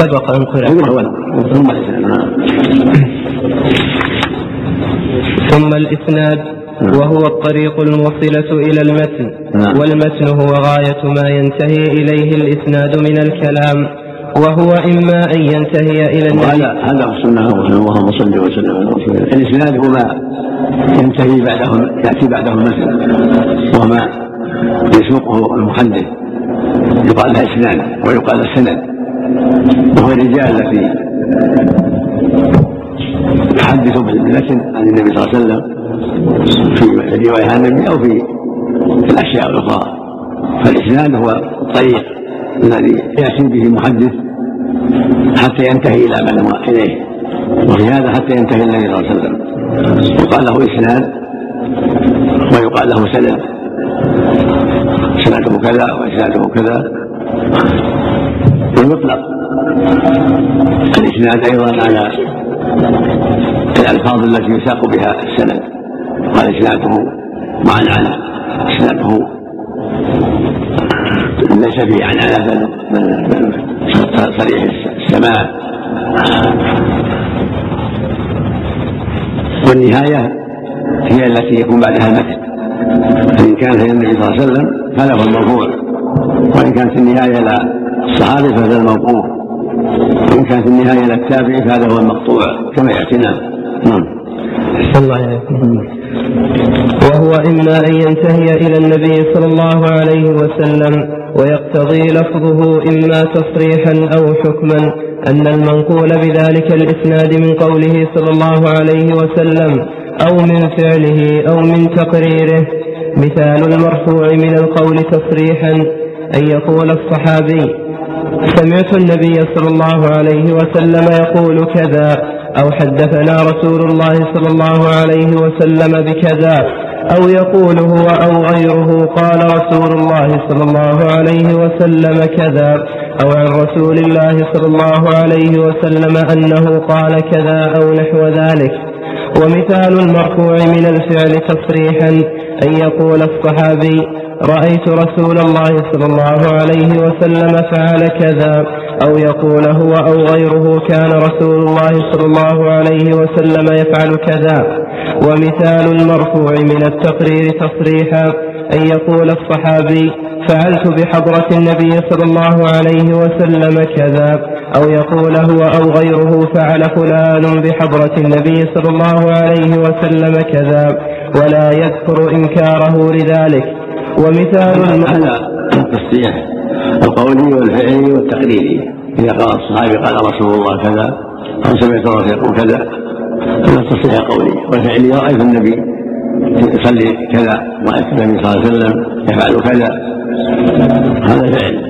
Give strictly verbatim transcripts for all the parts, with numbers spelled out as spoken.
سبق أن قرأ. ثم الإسناد ثم الإسناد وهو الطريق الموصلة إلى المتن، والمتن هو غاية ما ينتهي إليه الإسناد من الكلام، وهو إما أن ينتهي إلى النبي. هذا هو السنة، اللهم صل وسلم. الإسناد هو ما ينتهي بعده، يأتي بعده المتن، وما يسوقه المحدث يقال له إسناد ويقال السند، وهو الرجال التي يحدث بالمتن عن النبي صلى الله عليه وسلم في رواية عن النبي أو في الأشياء الأخرى. فالإسناد هو الطريق الذي يأتي به المحدث حتى ينتهي إلى ما نوى إليه، وفي هذا حتى ينتهي النبي صلى الله عليه وسلم يقال له إسناد ويقال له سند، سنده كذا وإسناده كذا. ويطلق الإسناد أيضا على الألفاظ التي يساق بها السند، قال إسناده معنى عن إسناده ليس فيه عن على صريح السماع. والنهاية هي التي يكون بعدها المتن، فإن كانت هي النبي صلى الله عليه وسلم فهذا هو المرفوع، وإن كانت النهاية لا الصحابي فهذا الموقوف، وإن كانت النهاية لا التابعي فهذا هو المقطوع كما يأتينا. نعم. وهو إما أن ينتهي إلى النبي صلى الله عليه وسلم، ويقتضي لفظه إما تصريحا أو حكما أن المنقول بذلك الإسناد من قوله صلى الله عليه وسلم أو من فعله أو من تقريره. مثال المرفوع من القول تصريحا أن يقول الصحابي سمعت النبي صلى الله عليه وسلم يقول كذا، أو حدثنا رسول الله صلى الله عليه وسلم بكذا، أو يقول هو أو غيره قال رسول الله صلى الله عليه وسلم كذا، أو عن رسول الله صلى الله عليه وسلم أنه قال كذا أو نحو ذلك. ومثال المرفوع من الفعل تصريحا أن يقول الصحابي رأيت رسول الله صلى الله عليه وسلم فعل كذا، أو يقول هو أو غيره كان رسول الله صلى الله عليه وسلم يفعل كذا. ومثال المرفوع من التقرير تصريحا أن يقول الصحابي فعلت بحضرة النبي صلى الله عليه وسلم كذا، أو يقول هو أو غيره فعل فلان بحضرة النبي صلى الله عليه وسلم كذا، ولا يذكر إنكاره لذلك. ومثال هذا التصريح القولي والفعلي والتقريري، إذا قال الصحابي قال رسول الله كذا أو سمعت الرسول يقول كذا، هذا التصريح القولي. والفعلي رأيت النبي يصلي كذا، رأيت النبي صلى الله عليه وسلم يفعل كذا، هذا فعل.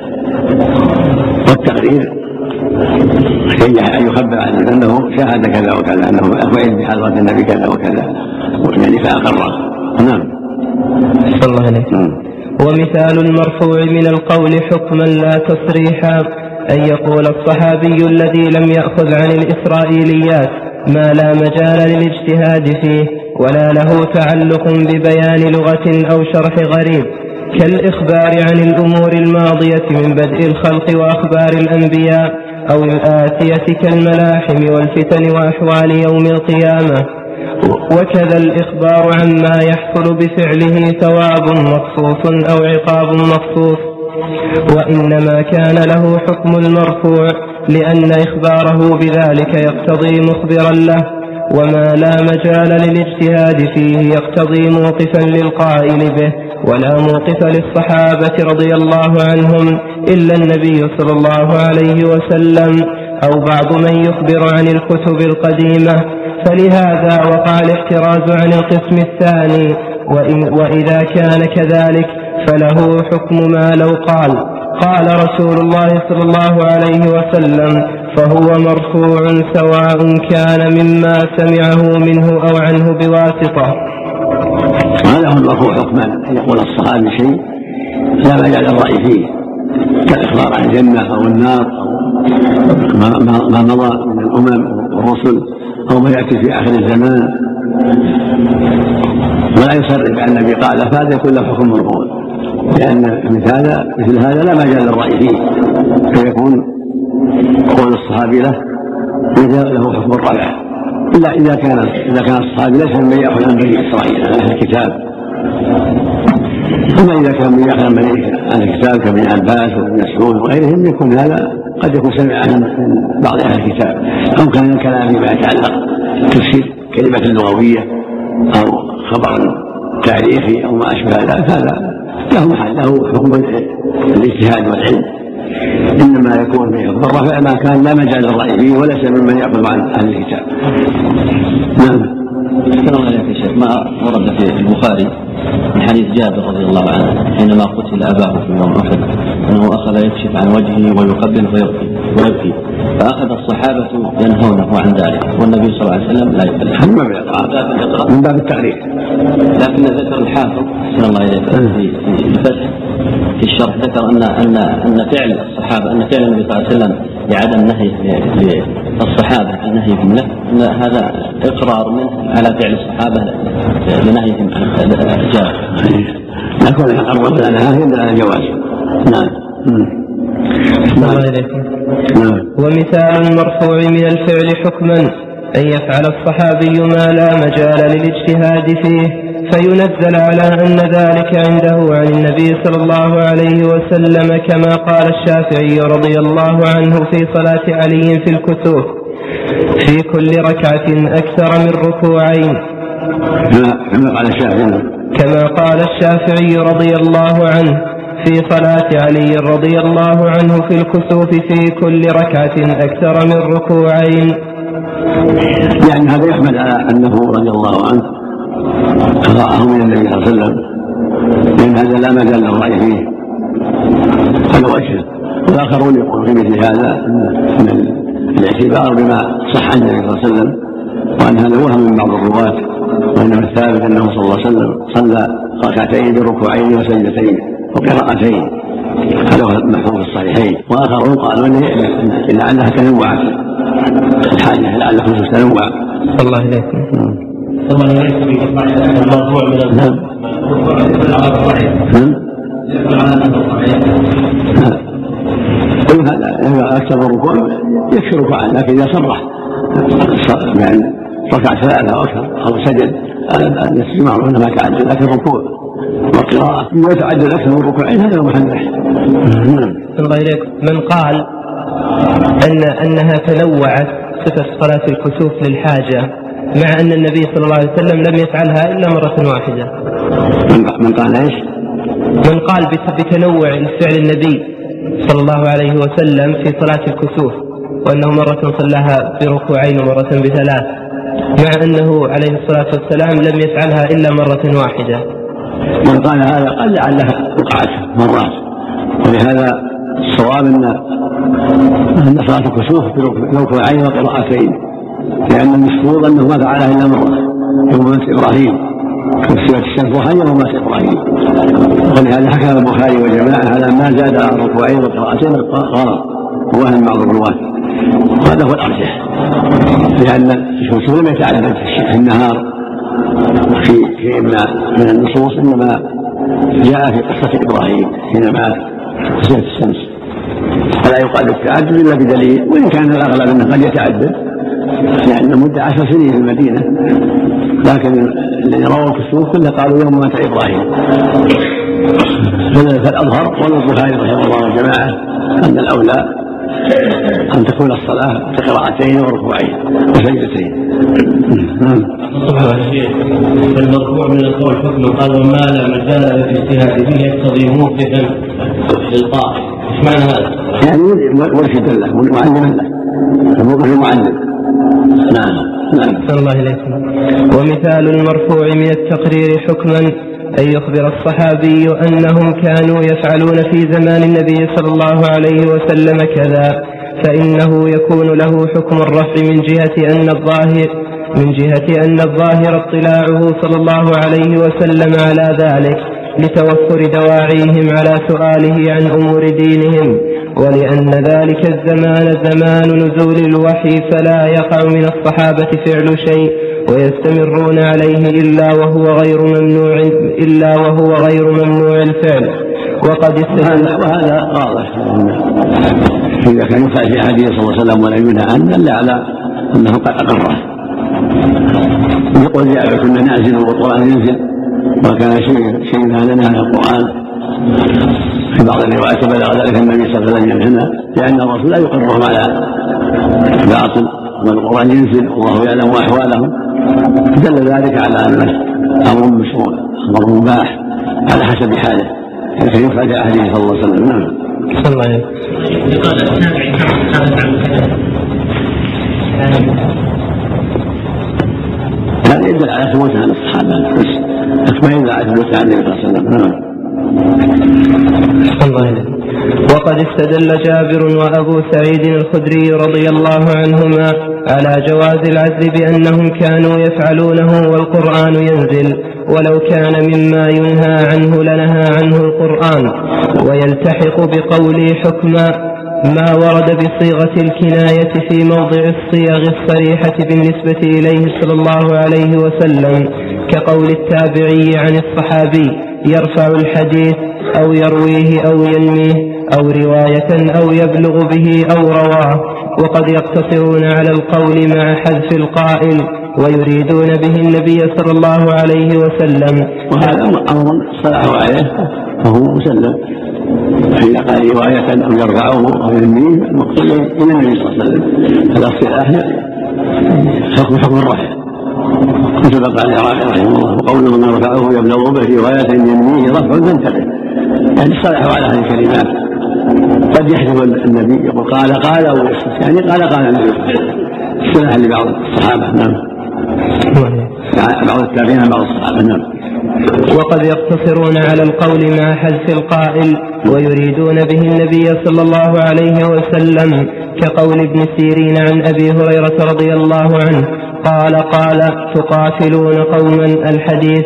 والتقرير أن يخبر عنه أنه شاهد كذا وكذا، أنه وعد بحضرة النبي كذا وكذا، يعني فأقره. نعم. صلى الله عليه وسلم. ومثال المرفوع من القول حكما لا تصريحا أن يقول الصحابي الذي لم يأخذ عن الإسرائيليات ما لا مجال للاجتهاد فيه ولا له تعلق ببيان لغة أو شرح غريب، كالإخبار عن الأمور الماضية من بدء الخلق وأخبار الأنبياء، أو الآتية كالملاحم والفتن وأحوال يوم القيامة. وكذا الإخبار عما يحصل بفعله ثواب مخصوص أو عقاب مخصوص. وإنما كان له حكم المرفوع لأن إخباره بذلك يقتضي مخبرا له، وما لا مجال للاجتهاد فيه يقتضي موقفا للقائل به، ولا موقف للصحابة رضي الله عنهم إلا النبي صلى الله عليه وسلم أو بعض من يخبر عن الكتب القديمة. فلهذا وقع الاحتراز عن القسم الثاني. وإن وإذا كان كذلك فله حكم ما لو قال قال رسول الله صلى الله عليه وسلم، فهو مرفوع سواء كان مما سمعه منه أو عنه بواسطة. هذا هو المرفوع حكما، أن يقول الصحابي شيء لا مجال للرأي فيه، كالإخبار عن الجنة أو النار أو ما مضى من الأمم والرسل أو ما يأتي في آخر الزمان، ولا يصرف عن النبي قال، فهذا يكون له حكم مرفوع، لأن مثل هذا مثل هذا لا مجال للرأي فيه، فيكون قول الصحابي له له حكم الرفع، إلا إذا كان إذا كان الصحابي ليس من يأخذ عن بني إسرائيل عن أهل الكتاب. أما إذا كان من يأخذ عن بني أهل الكتاب كابن عباس وابن مسعود وغيرهم يكون هذا قد يكون سمع من بعض أهل الكتاب، أو كان الكلام فيما يتعلق تفسير كلمة لغوية أو خبر تاريخي أو ما أشبه ذلك، هذا له محل له حكم الاجتهاد والعلم. إنما يكون في الرفع ما كان لا مجال للرأي فيه وليس ممن يأخذ عن أهل الكتاب. نعم. السلام عليكم يا شيخ. ما ورد في البخاري من حديث جابر رضي الله عنه حينما قتل أباه في يوم أحد أنه أخذ يكشف عن وجهه ويقبل ويبكي ويبكي فأخذ الصحابة ينهونه عن ذلك والنبي صلى الله عليه وسلم لا يكلم من باب التعريف. لكن ذكر الحافظ صلى الله عليه وسلم في الفتح في الشرح ذكر أن أن أن فعل الصحابة أن فعل النبي صلى الله عليه وسلم لعدم نهي للصحابة عن نهيهم له أن هذا إقرار منه على فعل الصحابة لنهيهم عن الجار. لكن الأمر لا نهي إلا على الجواز. نعم. نعم. نعم. ومثال المرفوع من الفعل حكما أن يفعل الصحابي ما لا مجال للاجتهاد فيه فينزل على أن ذلك عنده عن النبي صلى الله عليه وسلم، كما قال الشافعي رضي الله عنه في صلاة علي في الكسوف في كل ركعة أكثر من ركوعين، كما قال الشافعي رضي الله عنه في صلاة علي رضي الله عنه في الكسوف في كل ركعة أكثر من ركوعين. يعني هذا يحمل على أنه رضي الله عنه قرأه من النبي صلى الله عليه وسلم، لأن هذا لا مجال للرأي فيه على وجهه. والآخرون يقولون في مثل هذا من الاعتبار بما صح عن النبي صلى الله عليه وسلم، وأن هذا وهم من بعض الرواة، وإنما الثابت أنه صلى الله عليه وسلم صلى ركعتين بركوعين وسجدتين وقراءتين، هذا هو المحفوظ في الصحيحين. وآخرون قالوا أن لعلها تنوعت الحاجة، لعل خصوص تنوع. صلى الله عليكم. طبعا ليس في المرفوع من نعم. كل هذا أكثر الركوع يكفي ركوعا، لكن إذا صرح يعني ركع ثلاثة أو أكثر أو سجد يسجد معه أنه ما تعدل، لكن الركوع والقراءة يتعدل أكثر من ركوعين هذا محنح. الله إليكم. من قال أن أنها تنوعت صفة صلاة الكسوف للحاجة مع أن النبي صلى الله عليه وسلم لم يفعلها إلا مرة واحدة. من قال إيش؟ من قال بتنوع فعل النبي صلى الله عليه وسلم في صلاة الكسوف، وأنه مرة صلاها بركوعين ومرة بثلاث، مع أنه عليه الصلاة والسلام لم يفعلها إلا مرة واحدة. من قال هذا قال لعلها وقعت مرات، ولهذا الصواب أن صلاة الكسوف بركوعين وقراءتين، لأن المشهور أنه ما فعلها إلا مرة يوم مات إبراهيم كسرت الشمس وحي يوم مات إبراهيم، ولهذا حكم البخاري وجماعة على ما زاد عن ركوعين وقراءتين غلط ووهم بعض الرواة، وهذا هو الأرجح، لأن الكسوف لم يتعدد في النهار في في من النصوص، إنما جاء في قصة إبراهيم حين مات كسرت الشمس، فلا يقال بالتعدد إلا بدليل، وإن كان الأغلب أنه قد يتعدد لأن مدة عشر سنين في المدينة، لكن الذي رووا الكسوف كله قالوا يوم مات إبراهيم. فالأظهر قول البخاري رحمه الله والجماعة أن الأولى أن تكون الصلاة بقراءتين وركوعين وسجدتين. فالمرفوع من القول حكم قال وما لا مجال للاجتهاد فيه يقتضي موقفا للقائل. ايش معنى هذا؟ يعني مرشدا له معلما له، الموقف معلم. نعم. نعم. صلى الله عليكم. ومثال المرفوع من التقرير حكما أن يخبر الصحابي أنهم كانوا يفعلون في زمان النبي صلى الله عليه وسلم كذا، فإنه يكون له حكم الرفع من جهة أن الظاهر من جهة أن الظاهر اطلاعه صلى الله عليه وسلم على ذلك لتوفر دواعيهم على سؤاله عن أمور دينهم، ولأن ذلك الزمان زمان نزول الوحي فلا يقع من الصحابة فعل شيء ويستمرون عليه إلا وهو غير ممنوع إلا وهو غير ممنوع الفعل. وقد استدل وهذا واضح إذا كان يفعل في أحاديث صلى الله عليه وسلم ولا ينهى عنه دل على أنه قد أقره. يقول جاء كنا نعزل والقرآن ينزل وكان شيء شيء هذا عن القرآن. في بعض الروايات بلغ ذلك النبي صلى الله عليه وسلم ينهى لأن الرسول لا يقرهم على باطل والقرآن ينزل والله يعلم أحوالهم. دل ذلك على أنه أمر مشروع أمر مباح على حسب حاله لكن يفعل في أحاديث صلى الله عليه وسلم. نعم. صلى الله عليه هذا يدل على ثبوت عن الصحابة بس ما يدل على ثبوت عن النبي صلى الله عليه وسلم. نعم. وقد استدل جابر وأبو سعيد الخدري رضي الله عنهما على جواز العزل بأنهم كانوا يفعلونه والقرآن ينزل ولو كان مما ينهى عنه لنهى عنه القرآن. ويلتحق بقوله حكما ما ورد بصيغة الكناية في موضع الصيغ الصريحة بالنسبة إليه صلى الله عليه وسلم كقول التابعي عن الصحابي يرفع الحديث أو يرويه أو ينميه أو رواية أو يبلغ به أو رواه. وقد يقتصرون على القول مع حذف القائل ويريدون به النبي صلى الله عليه وسلم. وهذا أمر صلحوا عليه فهو مسلم حين قال رواية أو يرفعه أو ينميه المقصود إلى النبي صلى الله عليه وسلم. هذا اصطلاح حكم حكم الرفع سبق على العراقي رحمه الله وقوله من رفعه يبلغ به رواية ينميه رفع تنتقل يعني صلحوا على هذه الكلمات. قد يحذف النبي يقول قال قال أو يعني قال قال النبي اصطلاح لبعض الصحابة. نعم. بعض التابعين بعض الصحابة. نعم. وقد يقتصرون على القول مع حذف القائل ويريدون به النبي صلى الله عليه وسلم كقول ابن سيرين عن أبي هريرة رضي الله عنه قال قال تقاتلون قوما الحديث.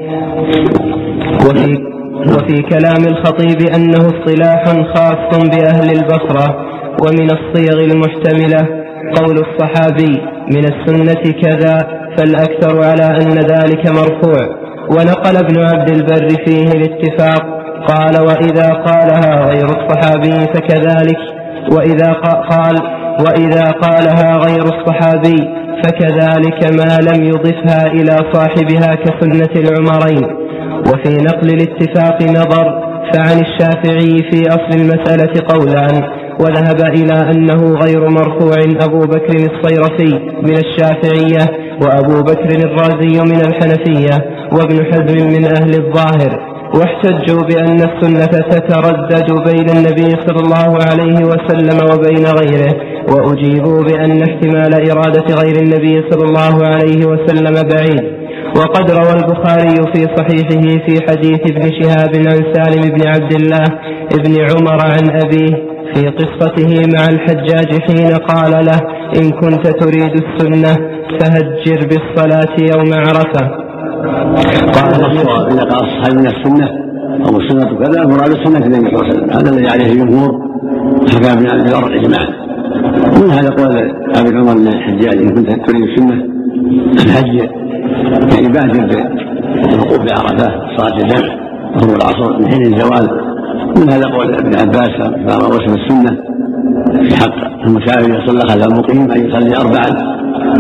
وفي, وفي كلام الخطيب أنه اصطلاح خاص بأهل البصرة. ومن الصيغ المحتملة قول الصحابي من السنة كذا فالأكثر على أن ذلك مرفوع. ونقل ابن عبد البر فيه الاتفاق قال وإذا قالها غير الصحابي فكذلك وإذا قال وإذا قالها غير الصحابي فكذلك ما لم يضفها إلى صاحبها كسنة العمرين. وفي نقل الاتفاق نظر فعن الشافعي في أصل المسألة قولان وذهب إلى أنه غير مرفوع أبو بكر الصيرفي من الشافعية وأبو بكر الرازي من الحنفية وابن حزم من أهل الظاهر. واحتجوا بأن السنة تتردد بين النبي صلى الله عليه وسلم وبين غيره. وأجيبوا بأن احتمال إرادة غير النبي صلى الله عليه وسلم بعيد. وقد روى البخاري في صحيحه في حديث ابن شهاب عن سالم بن عبد الله ابن عمر عن أبيه في قصته مع الحجاج حين قال له إن كنت تريد السنة فهجر بالصلاة يوم عرفة. قال الصواب إذا قال الصحابي من السنة أو السنة كذا مراد السنة النبي صلى الله عليه وسلم. هذا الذي عليه الجمهور حكى ابن عبد البر إجماعا. من هذا قول أبي عمر للحجاج إن كنت تريد السنة الحج يعني بادر بالوقوف بعرفة صلاة الجمع وهو العصر من حين الزوال. من هذا قول ابن عباس فما وصف السنة في حق المسافر يصلى خلف المقيم أن يصلي أربعا.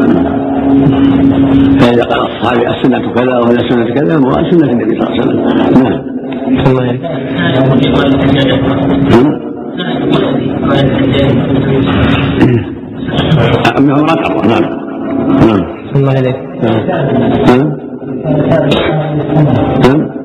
فإذا قال الصحابي السنة كذا ولا السنة كذا مراد سنة النبي صلى الله عليه وسلم. نعم. ابن عمر أقرأ. نعم. نعم. الله عليك. نعم. نعم.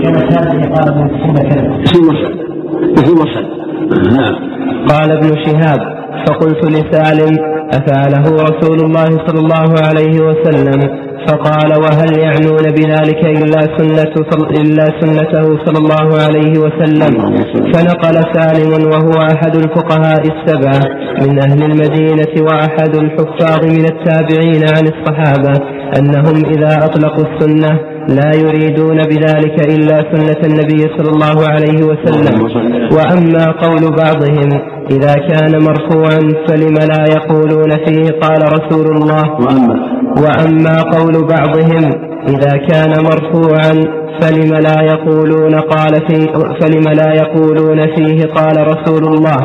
قال ابن شهاب فقلت لسالم أفعله رسول الله صلى الله عليه وسلم فقال وهل يعنون بذلك إلا, سنة إلا سنته صلى الله عليه وسلم. فنقل سالم وهو أحد الفقهاء السبعة من أهل المدينة وأحد الحفاظ من التابعين عن الصحابة أنهم إذا أطلقوا السنة لا يريدون بذلك إلا سنة النبي صلى الله عليه وسلم. وأما قول بعضهم إذا كان مرفوعا فلم لا يقولون فيه قال رسول الله. وأما قول بعضهم إذا كان مرفوعا فلم لا يقولون قال فيه فلم لا يقولون فيه قال رسول الله؟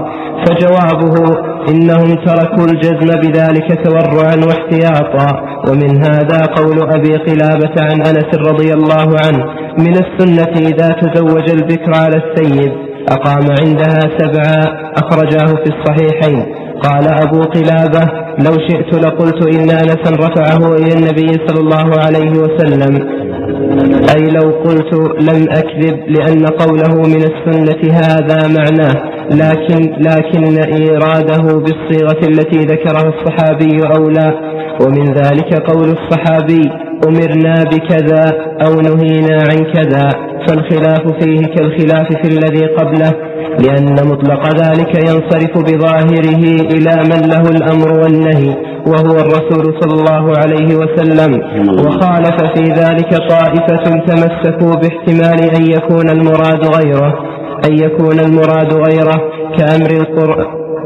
فجوابه إنهم تركوا الجزم بذلك تورعا واحتياطا. ومن هذا قول أبي قلابة عن أنس رضي الله عنه: من السنة إذا تزوج البكر على السيد أقام عندها سبعا، أخرجاه في الصحيحين. قال أبو قلابة: لو شئت لقلت إن أنسا رفعه إلى النبي صلى الله عليه وسلم، أي لو قلت لم أكذب، لأن قوله من السنة هذا معناه، لكن, لكن إيراده بالصيغة التي ذكرها الصحابي أولى. ومن ذلك قول الصحابي: أمرنا بكذا أو نهينا عن كذا، فالخلاف فيه كالخلاف في الذي قبله، لأن مطلق ذلك ينصرف بظاهره إلى من له الأمر والنهي، وهو الرسول صلى الله عليه وسلم. وخالف في ذلك طائفة تمسكوا باحتمال أن يكون المراد غيره أن يكون المراد غيره كأمر القرآن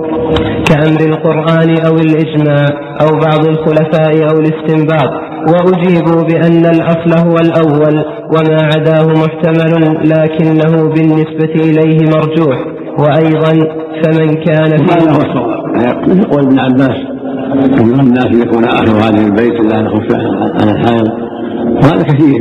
كأمر القرآن أو الإجماع أو بعض الخلفاء أو الاستنباط، وأجيبوا بأن الأصل هو الأول وما عداه محتمل، لكنه بالنسبة إليه مرجوح. وأيضا فمن كان في هذا هو الصواب. يقول ابن عباس: من الناس يكون آخر هذه البيت لا نخف عن الحال، وهذا كثير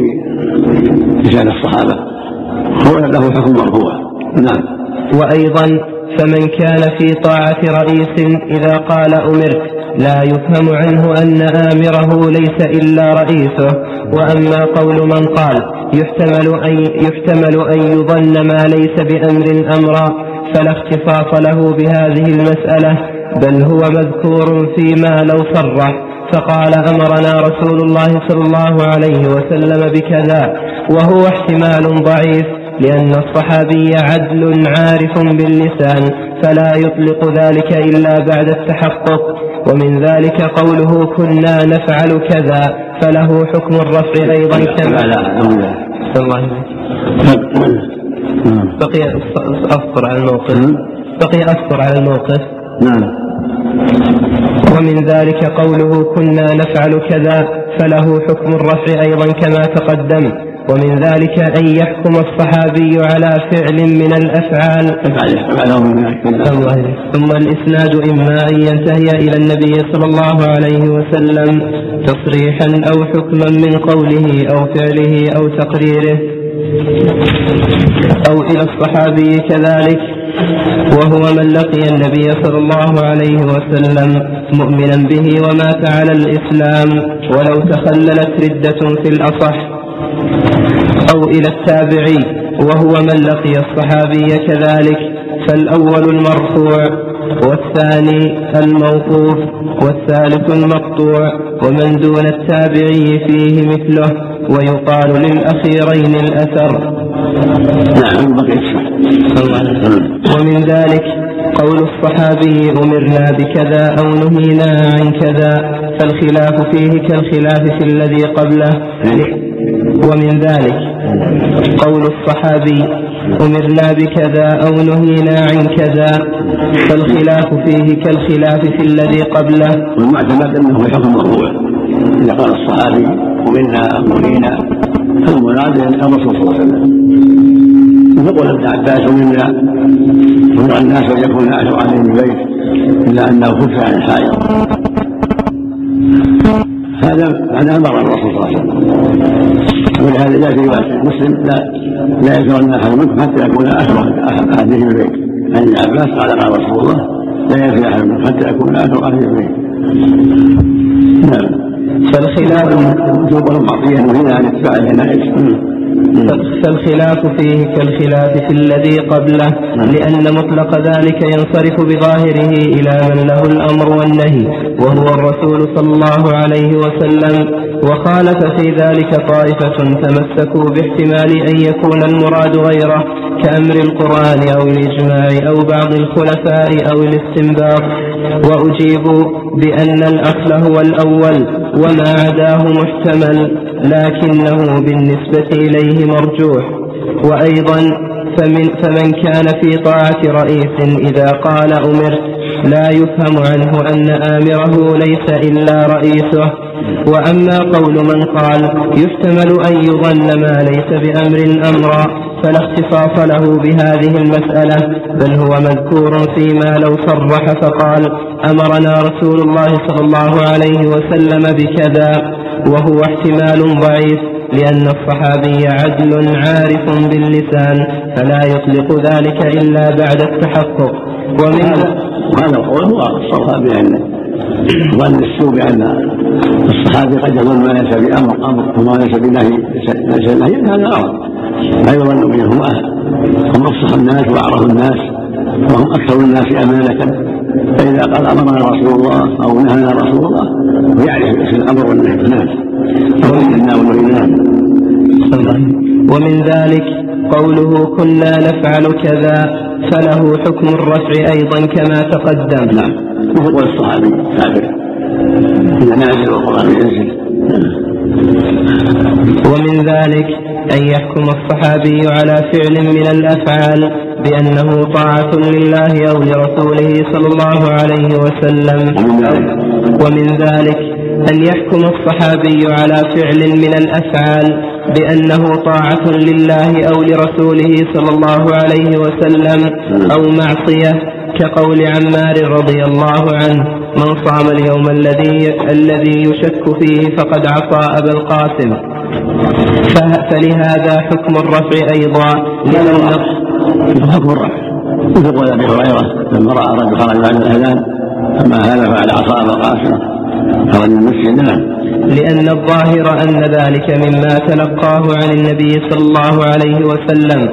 في لسان الصحابة، هو له حكم مرفوع. نعم. وأيضا فمن كان في طاعة رئيس إذا قال أمرت لا يفهم عنه أن آمره ليس إلا رئيسه. وأما قول من قال يحتمل أن, يحتمل أن يظن ما ليس بأمر أمرا، فلا اختصاص له بهذه المسألة، بل هو مذكور فيما لو صرح فقال أمرنا رسول الله صلى الله عليه وسلم بكذا، وهو احتمال ضعيف، لأن الصحابي عدل عارف باللسان، فلا يطلق ذلك إلا بعد التحقق. ومن ذلك قوله كنا نفعل كذا، فله حكم الرفع أيضا كما بقي أذكر على الموقف بقي أذكر على الموقف نعم. ومن ذلك قوله كنا نفعل كذا، فله حكم الرفع أيضا كما تقدم. ومن ذلك أن يحكم الصحابي على فعل من الأفعال ثم الإسناد إما أن ينتهي إلى النبي صلى الله عليه وسلم تصريحا أو حكما من قوله أو فعله أو تقريره، أو إلى الصحابي كذلك، وهو من لقي النبي صلى الله عليه وسلم مؤمنا به ومات على الإسلام ولو تخللت ردة في الأصح، أو إلى التابعي وهو من لقي الصحابي كذلك، فالأول المرفوع والثاني الموقوف والثالث المقطوع، ومن دون التابعي فيه مثله، ويقال للأخيرين الأثر. ومن ذلك قول الصحابي أمرنا بكذا أو نهينا عن كذا، فالخلاف فيه كالخلاف في الذي قبله. ومن ذلك قول الصحابي أمرنا بكذا أو نهينا عن كذا، فالخلاف فيه كالخلاف في الذي قبله. والمعتمد أنه حكم مرفوع، إذا قال الصحابي أمرنا أو نهينا فالمراد الرسول صلى الله عليه وسلم. ويقول ابن عباس أمرنا أمر الناس أن يكون أهل عليهم البيت إلا أنه خف عن الحائض، هذا هذا أمر الرسول صلى الله عليه وسلم. ولهذا جاء في رواية مسلم لا لا يكرهن أحد منكم حتى يكون آخر أهله البيت. عن ابن عباس قال قال رسول الله لا يكره أحد منكم حتى يكون آخر أهله البيت. نعم. فالخلاف وجوب معطية هنا عن اتباع الجنائز. فالخلاف فيه كالخلاف في الذي قبله، لأن مطلق ذلك ينصرف بظاهره إلى من له الأمر والنهي، وهو الرسول صلى الله عليه وسلم. وخالف في ذلك طائفة تمسكوا باحتمال أن يكون المراد غيره كأمر القرآن أو الإجماع أو بعض الخلفاء أو الاستنباط، وأجيبوا بأن الأصل هو الأول وما عداه محتمل، لكنه بالنسبة إليه مرجوح. وأيضا فمن, فمن كان في طاعة رئيس إذا قال أمرت لا يفهم عنه أن آمره ليس إلا رئيسه، وأما قول من قال يحتمل أن يظن ما ليس بأمر أمرا فلا اختصاص له بهذه المسألة، بل هو مذكور فيما لو صرح فقال أمرنا رسول الله صلى الله عليه وسلم بكذا، وهو احتمال ضعيف لأن الصحابي عدل عارف باللسان فلا يطلق ذلك إلا بعد التحقق. ومن هذا القول هو الصواب بأن ظن السوء بأن الصحابي قد يظن ما ليس بأمر أمر وما ليس بنهي ليس نهي، هذا أمر لا يظن بهم أهل، هم أفصح الناس وأعرف الناس وهم أكثر الناس أمانة، فإذا قال أمرنا رسول الله أو نهانا رسول الله ويعرف الأمر والنهي الناس وإنا ونهينا. ومن ذلك قوله كنا نفعل كذا فله حكم الرفع أيضا كما تقدم. نعم، مثل قول الصحابي كافر إذا نازل والقرآن ينزل. ومن ذلك أن يحكم الصحابي على فعل من الأفعال بأنه طاعة لله أو لرسوله صلى الله عليه وسلم. ومن ذلك أن يحكم الصحابي على فعل من الأفعال بأنه طاعة لله أو لرسوله صلى الله عليه وسلم أو معصية، كقول عمار رضي الله عنه من صام اليوم الذي الذي يشك فيه فقد عصى أبا القاسم. فلهذا حكم الرفع أيضا لأن حكم الرفع مثل قول أبي هريرة لما رأى رجل خرج بعد الأذان فما هذا فعل عصى أبا القاسم خرج من المسجد. لأن الظاهر أن ذلك مما تلقاه عن النبي صلى الله عليه وسلم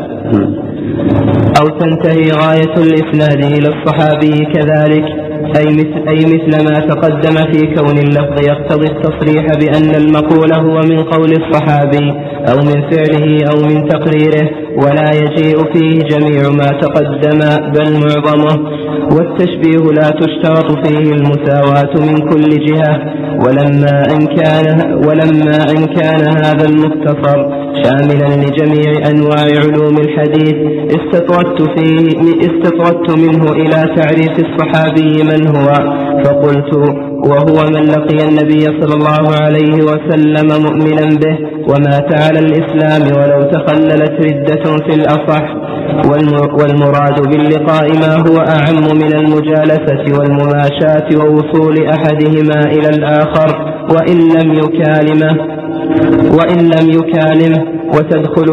أو تنتهي غاية الإسناد إلى الصحابي كذلك، أي مثل, أي مثل ما تقدم في كون اللفظ يقتضي التصريح بأن المقول هو من قول الصحابي أو من فعله أو من تقريره، ولا يجيء فيه جميع ما تقدم بل معظمه. والتشبيه لا تشترط فيه المساواة من كل جهة، ولما أن كان, ولما أن كان هذا المختصر شاملا لجميع أنواع علوم الحديث استطردت, فيه استطردت منه إلى تعريف الصحابي من هو، فقلت وهو من لقي النبي صلى الله عليه وسلم مؤمنا به ومات على الإسلام ولو تخللت ردة في الأصح. والمراد باللقاء ما هو أعم من المجالسة والمماشاة ووصول أحدهما إلى الآخر وإن لم يكالمه وإن لم يكالمه وتدخل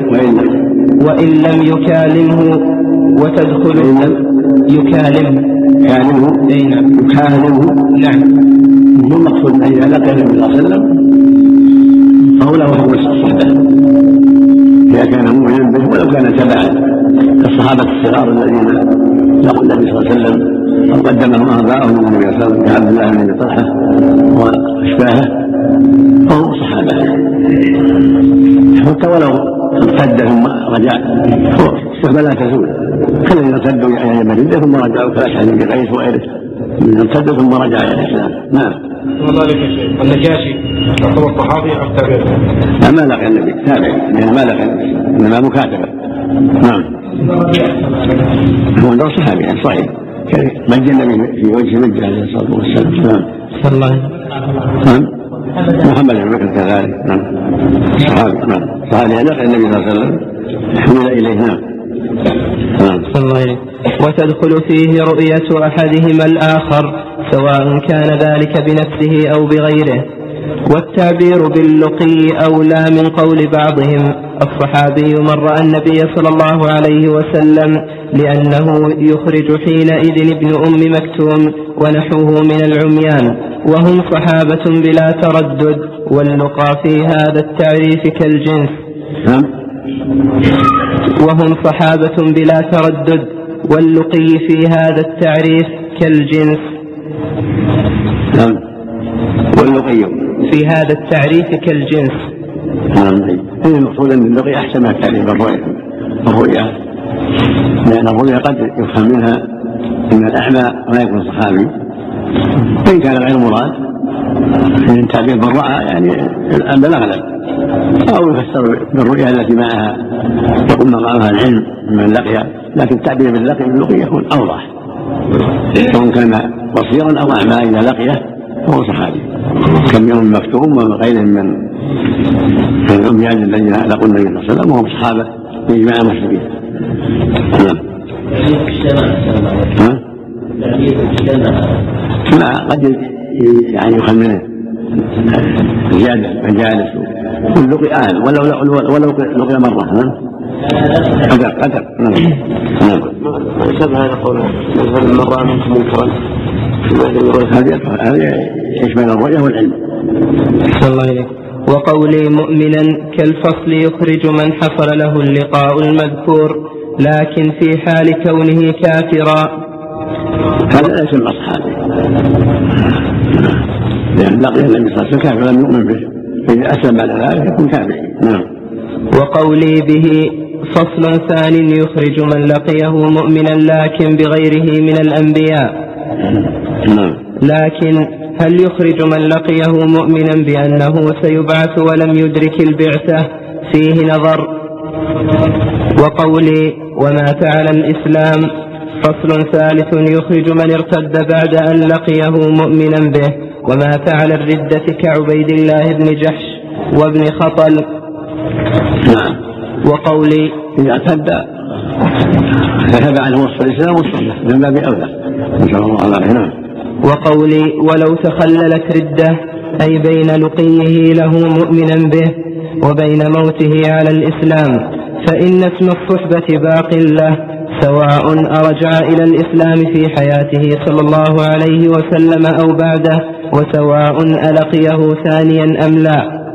وإن لم يكالمه وتدخل يكالمه يكالمه يكالمه نعم هو المقصود أن إذا لقي النبي صلى الله عليه وسلم فهو له حكم الصحبة إذا كان مؤمنا به ولو كان تبعا كالصحابة الصغار الذين لقوا النبي صلى الله عليه وسلم وقدمهم أرباءهم النبي صلى الله عليه وسلم كعبد الله بن طلحة وأشباهه فهم صحابة حتى ولو ارتد ثم رجع الصحبة لا تزول كالذين ارتدوا إلى المدينة ثم رجعوا كالأشعث بن قيس وغيره من ارتد ثم رجع إلى الإسلام. نعم. وذلك الشيء النجاشي يعتبر صحابي أو تابعي؟ لا ما لقى النبي تابعي لأن ما لقى النبي إنما مكاتبة. نعم. هو دور صحابي يعني صحيح مجد النبي في وجه مجد عليه الصلاة والسلام. نعم. صلى الله عليه محمد بن بكر كذلك. نعم. صحابي. نعم. صحابي لقى النبي صلى الله عليه وسلم حمل إليه. نعم. صلى الله عليه. وتدخل فيه رؤية أحدهما الآخر سواء كان ذلك بنفسه أو بغيره. والتعبير باللقي أولى من قول بعضهم الصحابي من رأى النبي صلى الله عليه وسلم لأنه يخرج حينئذ ابن أم مكتوم ونحوه من العميان وهم صحابة بلا تردد. واللقى في هذا التعريف كالجنس وهم صحابة بلا تردد واللقي في هذا التعريف كالجنس. نعم. واللقي في هذا التعريف كالجنس. نعم. المقصود أن اللقي أحسن من التعريف الرؤيا لأن الرؤيا قد يفهم منها أن الأعمى ما يكون صحابي وإن كان غير مراد من التعبير بالرؤى يعني الأمل الأغلب أو يفسر بالرؤيا التي معها يقوم معها العلم من لقيها، لكن التعبير باللقي باللقي يكون أوضح سواء كان بصيرا أو أعمى إذا لقيه هو صحابي كم يوم مكتوم وغيرهم من من الأمياد الذين لقوا النبي صلى الله عليه وسلم وهم صحابة بإجماع المسلمين. نعم. ها؟ لا قد يعني يخل منه زيادة مجالس واللقي آل ولو ولو لقي مرة. قدر قدر. نعم. ما شبه هذا قوله مثل مرة منكم منكرا هذا يشمل الرؤية والعلم. صلى الله عليه. وقولي مؤمنا كالفصل يخرج من حصل له اللقاء المذكور لكن في حال كونه كافرا. هذا ليس من أصحابه لأن لقي النبي صلى الله عليه وسلم كافر لم يؤمن به فإذا أسلم بعد ذلك يكون كافر. نعم. وقولي به فصل ثاني يخرج من لقيه مؤمنا لكن بغيره من الأنبياء. نعم. لكن هل يخرج من لقيه مؤمنا بأنه سيبعث ولم يدرك البعثة؟ فيه نظر. وقولي ومات على الإسلام فصل ثالث يخرج من ارتد بعد أن لقيه مؤمنا به ومات على الردة كعبيد الله بن جحش وابن خطل. نعم. وقولي إذا ارتد ذهب عنه وصف الإسلام والسنة من باب أولى إن شاء الله على هنا. وقولي ولو تخللت ردة أي بين لقيه له مؤمنا به وبين موته على الإسلام فإن اسم الصحبة باق له سواء أرجع إلى الإسلام في حياته صلى الله عليه وسلم أو بعده وسواء ألقيه ثانيا أم لا.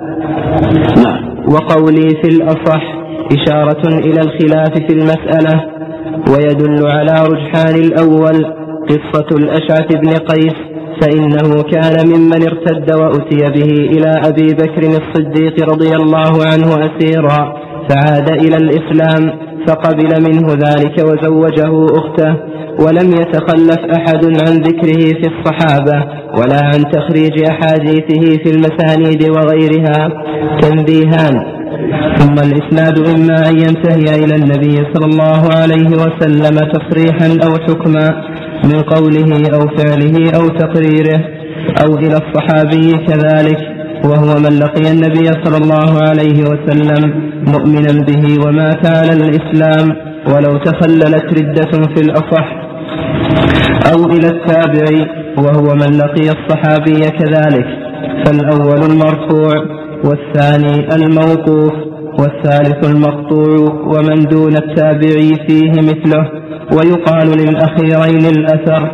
وقولي في الأصح إشارة إلى الخلاف في المسألة ويدل على رجحان الأول قصة الأشعث بن قيس فإنه كان ممن ارتد وأتي به إلى أبي بكر الصديق رضي الله عنه أسيرا فعاد إلى الإسلام فقبل منه ذلك وزوجه أخته ولم يتخلف أحد عن ذكره في الصحابة ولا عن تخريج أحاديثه في المسانيد وغيرها. تنبيهان. ثم الإسناد إما أن ينتهي إلى النبي صلى الله عليه وسلم تصريحا أو حكما من قوله أو فعله أو تقريره أو إلى الصحابي كذلك وهو من لقي النبي صلى الله عليه وسلم مؤمنا به ومات على الإسلام ولو تخللت ردة في الأصح أو إلى التابعي وهو من لقي الصحابي كذلك فالأول المرفوع والثاني الموقوف والثالث المقطوع ومن دون التابعي فيه مثله ويقال للأخيرين الأثر.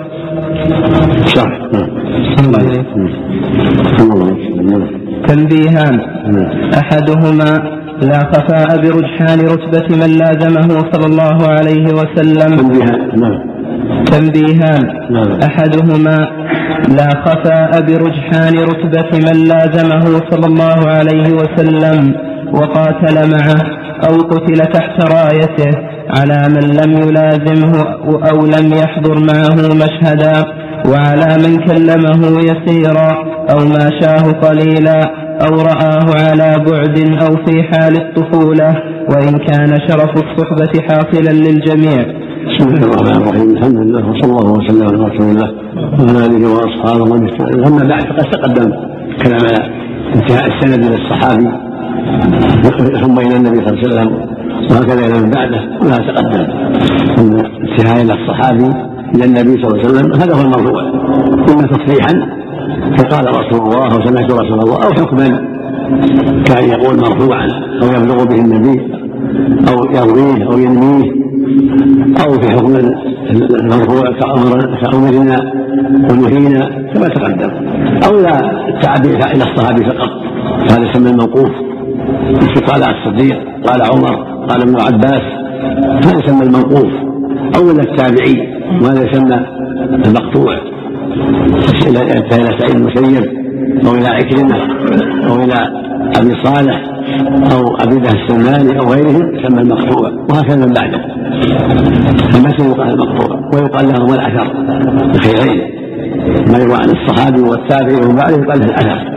تنبيهان. أحدهما لا خفاء برجحان رتبة من لازمه صلى الله عليه وسلم. تنبيهان. أحدهما لا خفاء برجحان رتبة من لازمه صلى الله عليه وسلم وقاتل معه أو قتل تحت رايته على من لم يلازمه أو لم يحضر معه مشهدا وعلى من كلمه يسيرا أو ماشاه قليلا أو رآه على بعد أو في حال الطفولة وإن كان شرف الصحبة حاصلا للجميع. بسم الله الرحمن الرحيم. الحمد لله وصلى الله وسلم على رسول الله وعلى آله وأصحابه ومن اهتدى. أما بعد فقد تقدم كلام على انتهاء السند إلى الصحابي ثم إلى النبي صلى الله عليه وسلم وهكذا إلى من بعده ولا تقدم أن انتهاء إلى الصحابي إلى النبي صلى الله عليه وسلم هذا هو المرفوع إما تصريحا فقال رسول الله وسمعت رسول الله أو حكما كان يقول مرفوعا أو يبلغ به النبي أو يرويه أو ينميه أو في حكم المرفوع كأمرنا ونهينا كما تقدم أو لا التعبير إلى الصحابي فقط هذا يسمى الموقوف مثل قال الصديق قال عمر قال ابن عباس هذا يسمى الموقوف أو إلى التابعي وهذا يسمى المقطوع إلى سعيد المسيب أو إلى عكرمة أو إلى أبي صالح أو أبي ده السلماني أو غيرهم يسمى المقطوع وهكذا من بعده فما يقال المقطوع ويقال له الأثر بخيرين ما يروى عن الصحابي والتابعي ومن بعده يقال له الأثر.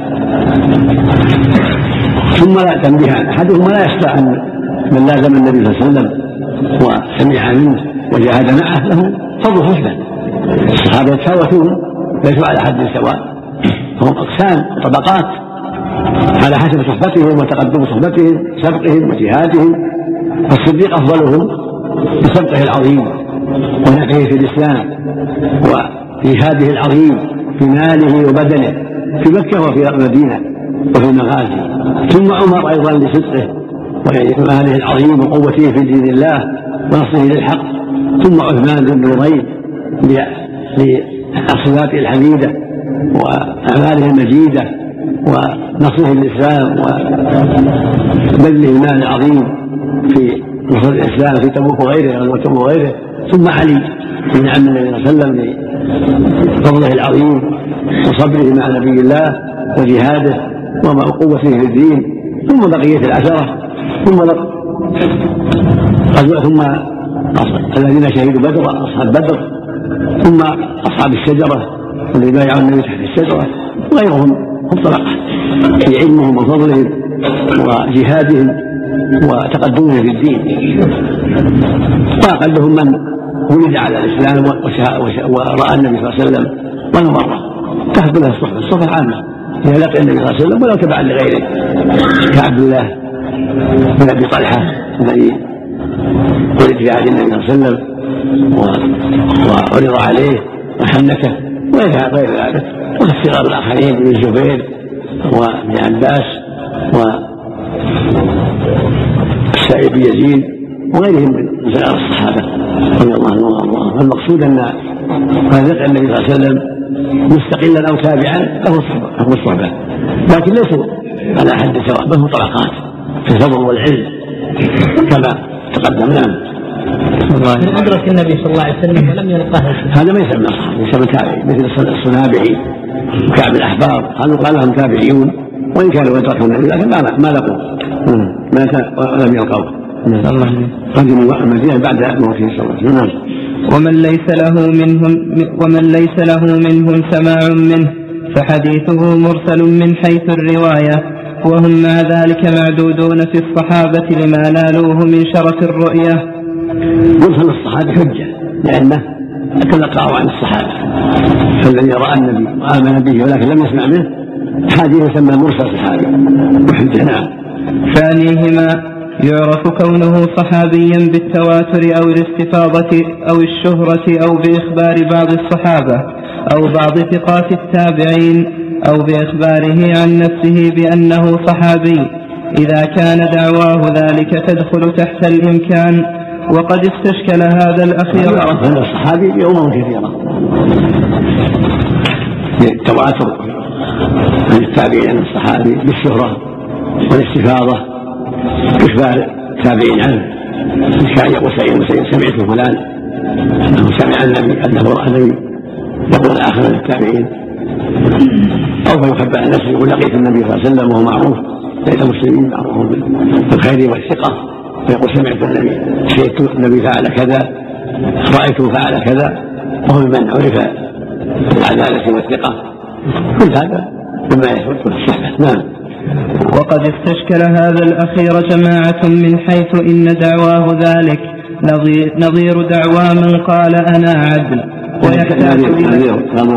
ثم لا تنبيهان. أحدهما لا يشفع أن من لازم النبي صلى الله عليه وسلم وسمع منه وجاهد معه له فضل صحبة الصحابة يتفاوتون ليسوا على حد سواء فهم أقسام وطبقات على حسب صحبتهم وتقدم صحبتهم سبقهم وجهادهم. فالصديق أفضلهم بسبقه العظيم ونفعه في الإسلام وجهاده العظيم بماله وبدنه في مكة وفي المدينة وفي المغازي. ثم عمر أيضا لصدقه وماله العظيم وقوته في دين الله ونصره للحق. ثم عثمان بن نورين لصفاته الحميدة وأعماله المجيدة ونصره للإسلام وبذله المال العظيم في نصر الإسلام في تبوك وغيره غزوة وغيره. ثم علي بن عم النبي صلى الله عليه وسلم لفضله العظيم وصبره مع نبي الله وجهاده وقوته في الدين. ثم بقية العشرة ثم ثم الذين شهدوا بدر أصحاب بدر ثم أصحاب الشجرة الذين بايعوا النبي تحت الشجرة وغيرهم هم طبقات في علمهم وفضلهم وجهادهم وتقدمهم في الدين. وأقلهم من ولد على الإسلام ورأى النبي صلى الله عليه وسلم ولو مرة تحب له الصحبة الصحبة عامة إذا لقي النبي صلى الله عليه وسلم ولو تبعا لغيره كعبد الله بن أبي طلحة الذي ولد في عهد النبي صلى الله عليه وسلم وعرض عليه وحنكه وغير ذلك. والصغار الآخرين ابن الزبير وابن عباس والسائب بن يزيد وغيرهم من صغار الصحابة رضي الله عنهم وارضاهم. المقصود أن من لقي النبي صلى الله عليه وسلم مستقلا أو تابعا له الصحبة لكن ليسوا على حد سواء بل هم طبقات في الفضل والعلم كما تقدمنا. من أدرك النبي صلى الله عليه وسلم ولم يلقاه هذا ما يسمى صحابي يسمى تابعي مثل الصنابعي وكعب الأحبار هذا قال لهم تابعيون وإن كانوا أدركوا النبي لكن ما لقوا ما لم يلقوه. قدموا المدينة بعد موته صلى الله عليه وسلم. ومن ليس له منهم ومن ليس له منهم سماع منه فحديثه مرسل من حيث الرواية وهم مع ذلك معدودون في الصحابة لما نالوه من شرف الرؤية. مرسل الصحابة حجة لأنه تلقاه عن الصحابة فالذي رأى النبي وآمن به ولكن لم يسمع منه حديث يسمى مرسل صحابي وحجة. نعم. ثانيهما يعرف كونه صحابيا بالتواتر أو الاستفاضة أو الشهرة أو بإخبار بعض الصحابة أو بعض ثقات التابعين أو بإخباره عن نفسه بأنه صحابي إذا كان دعواه ذلك تدخل تحت الإمكان. وقد استشكل هذا الأخير هذا الصحابي بأمور كثيرة التواتر عن التابعين عن الصحابي بالشهرة والاستفاضة إخبار التابعين عنه كان يقول سعيد وسعيد سمعت فلان أنه سمع النبي أنه رأى النبي يقول آخر التابعين أو فيخبر عن نفسه يقول لقيت النبي صلى الله عليه وسلم وهو معروف بين المسلمين معروف بالخير والثقة فيقول سمعت النبي شهدت النبي فعل كذا رأيته فعل كذا وهو من عرف بالعدالة والثقة. كل هذا مما يثبت له الصحبة. نعم. وقد استشكل هذا الأخير جماعة من حيث إن دعواه ذلك نظير دعوى من قال أنا عدل ويحتاج إلى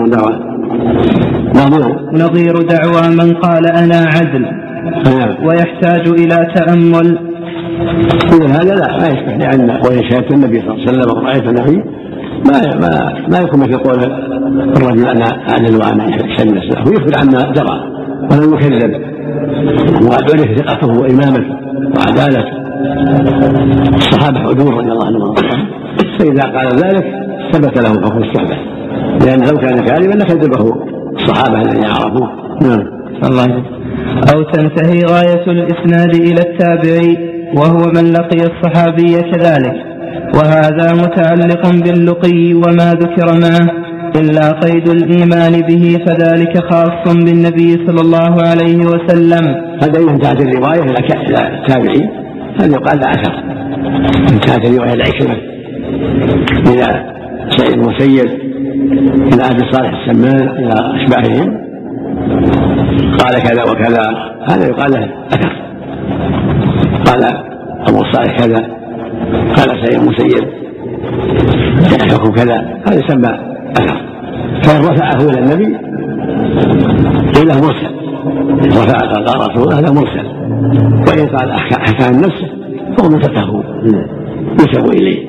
نظير دعوى من قال أنا عدل ويحتاج إلى تأمل. هذا لا ما يشبه لأن وإن شهدت النبي صلى الله عليه وسلم ورأيت النبي ما ما ما يكون مثل قول الرجل أنا أعدل وأنا أشهد نفسه ويخبر عما جرى ولم يكذب وعرف ثقته وإمامته وعدالته. الصحابة عدول رضي الله عنهم فإذا قال ذلك ثبت له حكم الصحبة لأن لو كان كاذبا لكذبه الصحابة الذين يعرفوه. نعم. الله. أو تنتهي غاية الإسناد إلى التابعي وهو من لقي الصحابي كذلك وهذا متعلق باللقي وما ذكر معه إلا قيد الإيمان به فذلك خاص بالنبي صلى الله عليه وسلم. هذا إذا انتهت الرواية إلى التابعي هذا يقال لا أثر. انتهت الرواية العشرة إلى سعيد المسيب إلى أبي صالح السمان إلى أشباههم قال كذا وكذا هذا يقال له أثر. قال أبو صالح كذا قال سعيد المسيب يحكم كذا هذا يسمى أثر. فإن رفعه إلى النبي قيل مرسل، رفع قال رسول هذا مرسل، وإن قال حكى عن نفسه فهو نسبه ينسب إليه.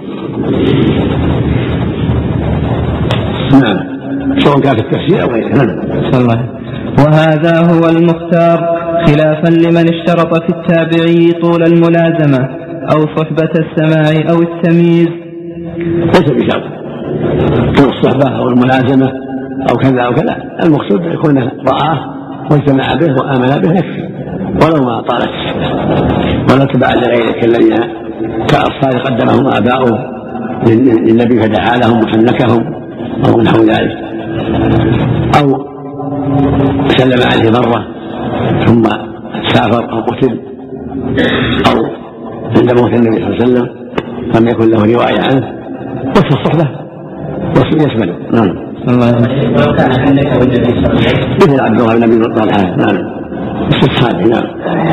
نعم، سواء كان في التفسير أو غيره. نعم. وهذا هو المختار خلافا لمن اشترط في التابعي طول الملازمة أو صحبة السماع أو التمييز. ليس بشرط طول الصحبة أو الملازمة أو كذا أو كذا، المقصود يكون رآه واجتمع به وآمن به يكفي، ولو ما طالت الصحبة، ولا تبع لغيره كالذين كأصحاب قدمهم آباؤهم للنبي فدعا لهم وحنكهم أو نحو ذلك، أو سلم عليه مرة ثم سافر أو قتل، أو عند موت النبي صلى الله عليه وسلم لم يكن له رواية عنه، وصف الصحبة وصف يشمله. نعم. ولو كان حنكه النبي صلى الله عليه وسلم مثل عبد الله بن أبي طلحة. نعم، الصحابي. نعم.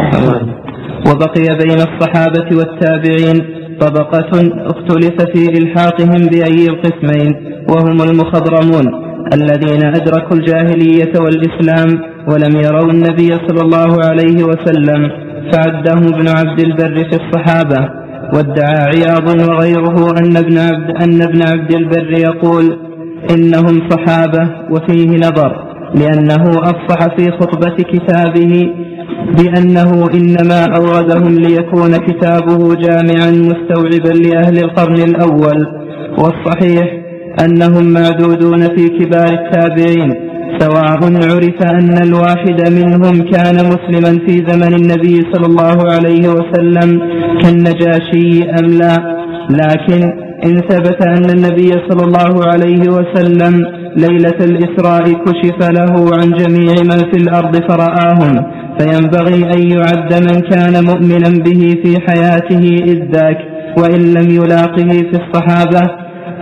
وبقي بين الصحابة والتابعين طبقة اختلف في إلحاقهم بأي القسمين، وهم المخضرمون الذين أدركوا الجاهلية والإسلام ولم يروا النبي صلى الله عليه وسلم، فعدهم ابن عبد البر في الصحابة. وادعى عياض وغيره أن ابن عبد, أن ابن عبد البر يقول إنهم صحابة، وفيه نظر، لأنه أفصح في خطبة كتابه بأنه إنما أوردهم ليكون كتابه جامعا مستوعبا لأهل القرن الأول، والصحيح أنهم معدودون في كبار التابعين، سواء عرف أن الواحد منهم كان مسلما في زمن النبي صلى الله عليه وسلم كالنجاشي أم لا. لكن إن ثبت أن النبي صلى الله عليه وسلم ليلة الإسراء كشف له عن جميع من في الأرض فرآهم، فينبغي أن يعد من كان مؤمنا به في حياته إذ ذاك، وإن لم يلاقه في الصحابة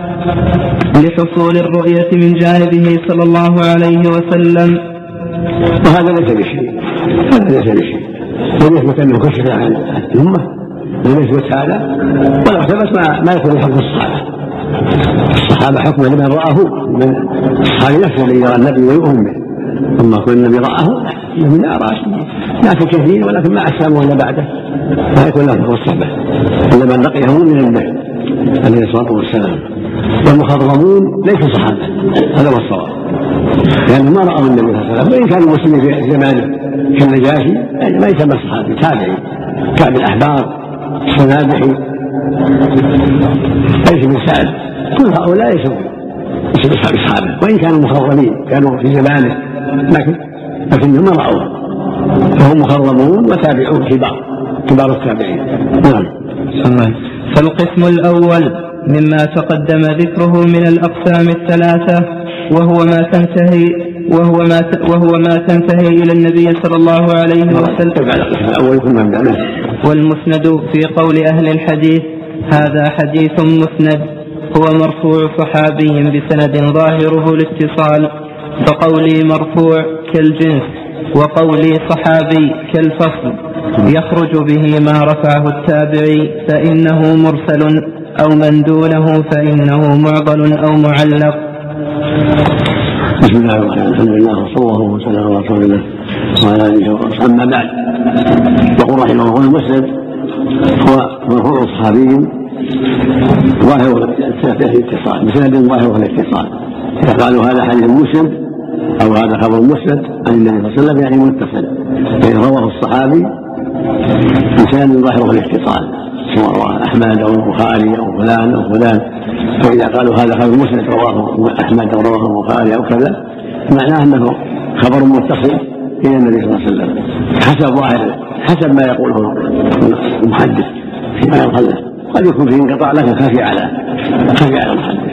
لحصول الرؤية من جانبه صلى الله عليه وسلم. وهذا ليس بشيء، هذا ليس بشيء، لم يثبت أنه كشف عن الأمة، لم يثبت هذا، ولو ثبت ما, ما يكون حكم الصحابة. الصحابة حكم لمن رآه من الصحابي نفسه الذي يرى النبي ويؤمن به، أما كل النبي رآه من أرى ناس كثير ولكن ما أسلموا إلا بعده، ما يكون له حكم الصحبة إلا من لقيه من النبي عليه الصلاة والسلام. والمخضرمون ليسوا صحابة، هذا هو الصواب، لأنهم ما رأوا النبي صلى الله عليه وسلم، وإن كانوا مسلمين في زمانه كالنجاشي ما يسمى الصحابي، تابعي كعب الأحبار الصنابحي ليس بن سعد، كل هؤلاء ليسوا أصحابه، وإن كانوا مخضرمين كانوا في زمانه لكن لكنهم ما رأوه، فهم مخضرمون وتابعون كبار كبار التابعين. نعم. فالقسم الأول مما تقدم ذكره من الأقسام الثلاثة وهو ما تنتهي وهو ما وهو ما تنتهي إلى النبي صلى الله عليه وسلم. والمسند في قول أهل الحديث هذا حديث مسند هو مرفوع صحابي بسند ظاهره الاتصال، فقولي مرفوع كالجنس وقولي صحابي كالفصل، يخرج به ما رفعه التابعي فإنه مرسل، أو من دونه فإنه معضل أو معلق. بسم الله الرحمن الرحيم، الحمد لله وصلى الله وسلم على رسول الله وعلى آله وصحبه. أما بعد، يقول رحمه الله المسند هو مرفوع صحابي ظاهر الاتصال بسند ظاهر الاتصال، فقالوا هذا حديث مسند أو هذا خبر مسند عن النبي صلى الله عليه وسلم يعني متصل، يعني رواه الصحابي بسند ظاهر الاتصال، سواء أحمد أو البخاري أو فلان أو فلان، فإذا قالوا هذا خبر مسند رواه أحمد أو رواه البخاري أو كذا، معناه أنه خبر متصل إلى النبي صلى الله عليه وسلم حسب ظاهر حسب ما يقوله المحدث فيما ينقله، قد يكون فيه انقطاع لكن خفي على خفي على المحدث،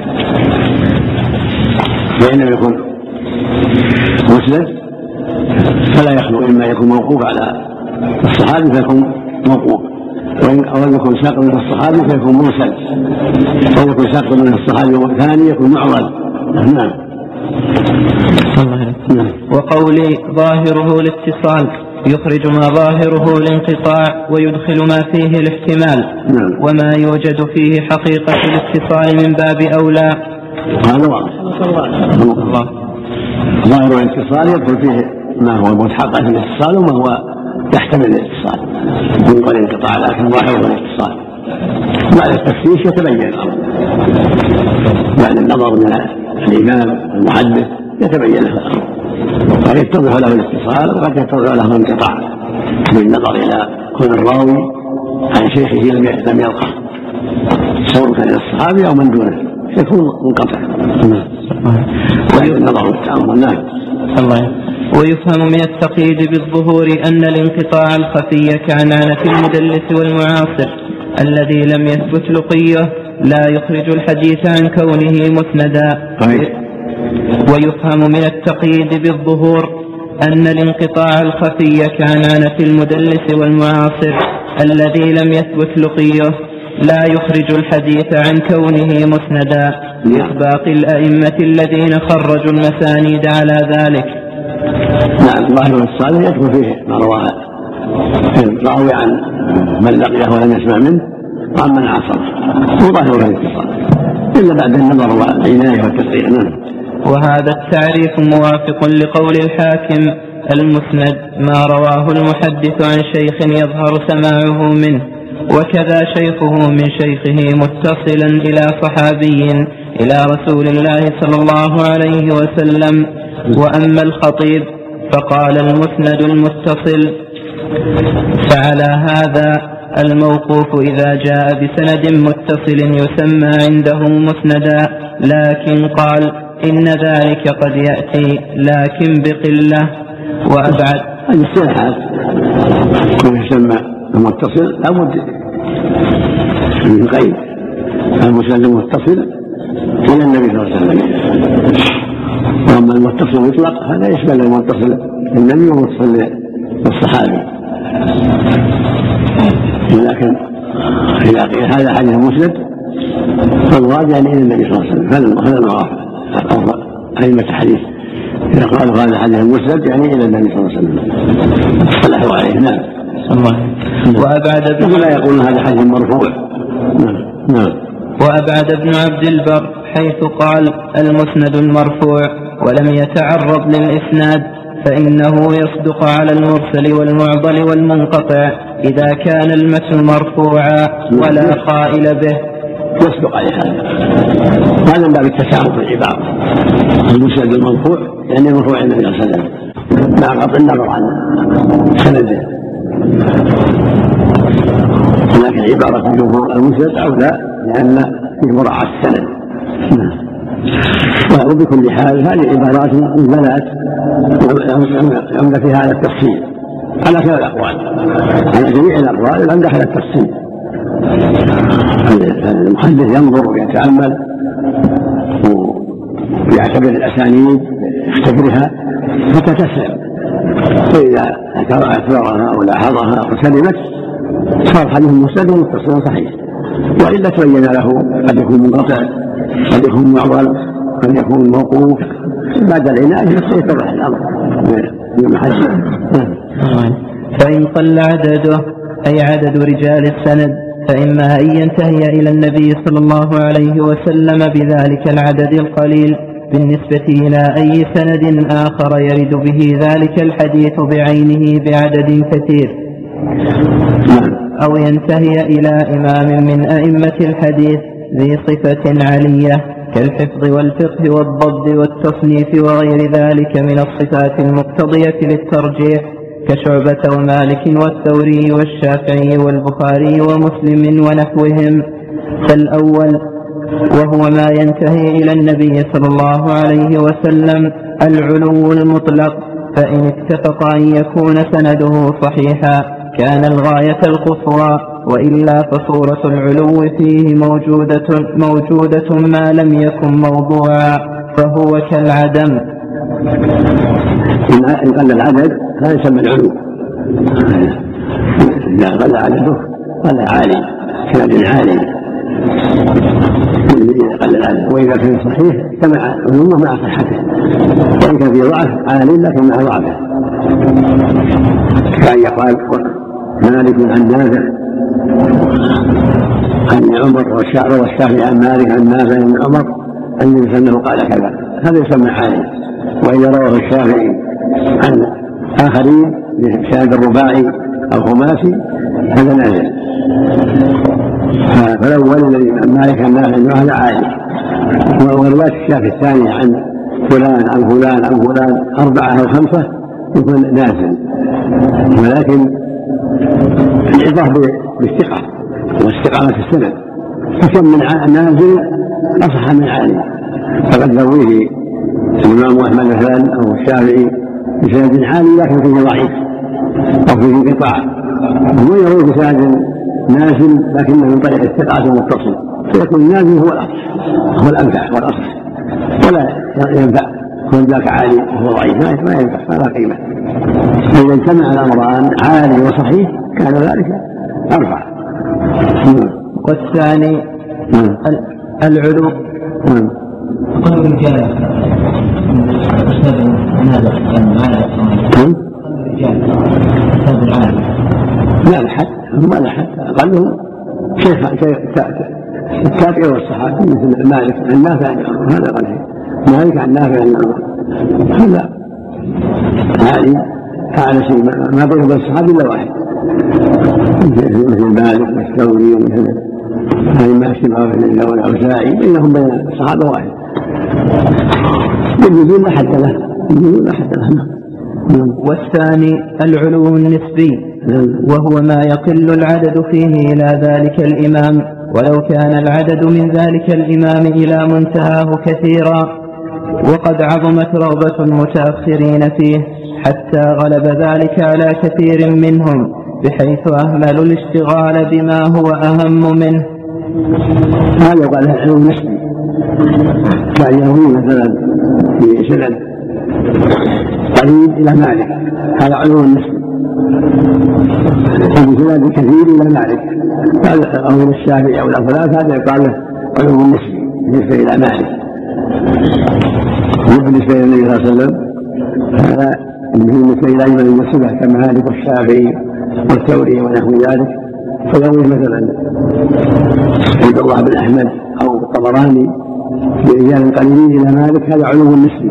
فإنه يكون مسند فلا يخلو إما يكون موقوف على الصحابي فيكون موقوف، أو يكون ساقط من الصحابي فيكون مرسل، أو يكون ساقط من الصحابي والثاني يكون معضل. نعم. وقولي ظاهره الاتصال يخرج ما ظاهره الانقطاع ويدخل ما فيه الاحتمال. نعم. وما يوجد فيه حقيقة الاتصال من باب أولى. هذا واضح. الله ظاهر الاتصال يدخل فيه ما هو متحقق في الاتصال وما هو يحتمل الاتصال من قول الانقطاع، لكن ظاهر الاتصال. بعد التفتيش يتبين الامر، بعد النظر من الامام المحدث يتبين له الامر، قد يتضح له الاتصال وقد يتضح له الانقطاع بالنظر الى كون الراوي عن شيخه لم يلقى، سواء كان الصحابي او من دونه يكون منقطع. والنظر والتامل. نعم. ويفهم من التقييد بالظهور أن الانقطاع الخفي كعنعنة المدلس والمعاصر الذي لم يثبت لقيه لا يخرج الحديث عن كونه مسندا. ويفهم من التقييد بالظهور أن الانقطاع الخفي كعنعنة المدلس والمعاصر الذي لم يثبت لقيه لا يخرج الحديث عن كونه مسندا لإطباق الأئمة الذين خرجوا المسانيد على ذلك. نعم. ظاهر الصالح يدخل فيه ما رواه الراوي عن من لقيه ولم يسمع منه وعن من عاصره، وظاهر الاتصال إلا بعد النظر والعناية والتدقيق. وهذا التعريف موافق لقول الحاكم: المسند ما رواه المحدث عن شيخ يظهر سماعه منه، وكذا شيخه من شيخه متصلا إلى صحابي إلى رسول الله صلى الله عليه وسلم. وأما الخطيب فقال المسند المتصل. فعلى هذا الموقوف إذا جاء بسند متصل يسمى عنده مسندا، لكن قال إن ذلك قد يأتي لكن بقلة. وأبعد هذه الصلاحات كون يسمى المتصل لابد من قيد، المسند المتصل إلى النبي صلى الله عليه وسلم. وأما المتصل المطلق هذا يشمل المتصل النبي ومتصل للصحابي، لكن إذا قيل هذا حديث مسند فالمراد يعني إلى النبي صلى الله عليه وسلم. هذا المراد أئمة الحديث إذا قالوا هذا حديث مسند يعني إلى النبي صلى الله عليه وسلم صلحوا عليه. نعم. وأبعد ابن لا يقولون هذا حديث مرفوع. نعم. وأبعد ابن عبد البر حيث قال المسند المرفوع ولم يتعرض للإسناد، فإنه يصدق على المرسل والمعضل والمنقطع إذا كان المتن مرفوعا ولا قائل به. يصدق عليه هذا. هذا من باب التسامح في العبارة. المسند المرفوع يعني مرفوع النبي صلى الله عليه وسلم مع قطع النظر عن سنده، لكن عبارة الجمهور المسند أولى لأن فيه مراعاة السند. وبكل حال هذه عبارات نزلت عمد فيها على التفصيل على كلا الأقوال، على جميع الأقوال عمد على التفصيل. المحدث ينظر ويتأمل ويعتبر الأسانيد يختبرها فتتسلم، فإذا اعتبرها أو لاحظها وسلمت صار حديث مسند ومتصل صحيح، وإلا تبين له قد يكون منقطع قد يكون معضل قد يكون موقوف. بعد العناية سيتضح الأمر المحدث. فإن قل عدده أي عدد رجال السند فإما أن ينتهي إلى النبي صلى الله عليه وسلم بذلك العدد القليل بالنسبة إلى أي سند آخر يرد به ذلك الحديث بعينه بعدد كثير، أو ينتهي إلى إمام من أئمة الحديث ذي صفة علية كالحفظ والفقه والضبط والتصنيف وغير ذلك من الصفات المقتضية للترجيح كشعبة ومالك والثوري والشافعي والبخاري ومسلم ونحوهم. فالأول وهو ما ينتهي إلى النبي صلى الله عليه وسلم العلو المطلق، فإن اتفق أن يكون سنده صحيحا كان الغاية القصوى، وإلا فصورة العلو فيه موجودة, موجودة ما لم يكن موضوعا فهو كالعدم. إن قل العدد لا يسمى العلو، إذا قل عدده قل عالي سند عالي إذا قل العدد، وإذا كان صحيح سمع علومه مع صحته، وإن كان في ضعف عالي لكن مع ضعفه. كان يقال مالك عن نافع عن عمر والشافعي عن مالك عن نافع عن عمر أن النبي صلى الله عليه وسلم قال كذا، هذا يسمى عالي وإذا رواه الشافعي عن آخرين بشهادة الرباعي أو خماسي هذا نازل. فالأول الذي مالك النافع هذا عالي، ورواية الشافعي الثانية عن فلان عن فلان عن فلان أربعة أو خمسة يكون نازل، ولكن العبرة بالثقة واستقامة السند، فكم من نازل أصح من عالي، فقد يرويه الإمام أحمد مثلا أو الشافعي بسند عالي لكن فيه ضعيف أو فيه انقطاع، ويروي بسند نازل لكنه من طريق الثقة المتصل، فيكون النازل هو الأصح هو الأنفع والأصح، ولا ينفع كون ذاك عالي وهو ضعيف ما ينفع فلا قيمة. فإذا اجتمع الأمران عالي وصحيح كان ذلك أرفع. والثاني العلو. قالوا الرجال أستاذ ماذا كان معنا الرجال أستاذ العالم لا لحد ما لحد أقلهم شيخ التابعي والصحابي مثل مالك عن نافع هذا قال مالك عن نافع هذا عالي أعلى شيء ما بين الصحابي إلا واحد مثل مالك والثوري ومثل هذه ما أشبه بالله والأوزاعي بينهم بين الصحابة واحد بالنزول لا حد له بالنزول لا حد له. والثاني العلو النسبي وهو ما يقل العدد فيه إلى ذلك الإمام ولو كان العدد من ذلك الإمام إلى منتهاه كثيرا، وقد عظمت رغبة المتأخرين فيه حتى غلب ذلك على كثير منهم بحيث أهملوا الاشتغال بما هو أهم منه. هذا قال العلو النسبي كان يروي مثلا في سند قريب إلى مالك هذا علو النسبي، وفي سند كثير إلى مالك هذا أو الشافعي أو الأفلاس هذا يقال له علو النسبي بالنسبة إلى مالك. بالنسبة إلى النبي صلى الله عليه وسلم هذا بالنسبة إلى أيمن المسبح كمالك والشافعي والثوري ونحو ذلك، فيروي مثلا عبد الله بن أحمد أو الطبراني برجال قليلين إلى مالك هذا علو النسبي،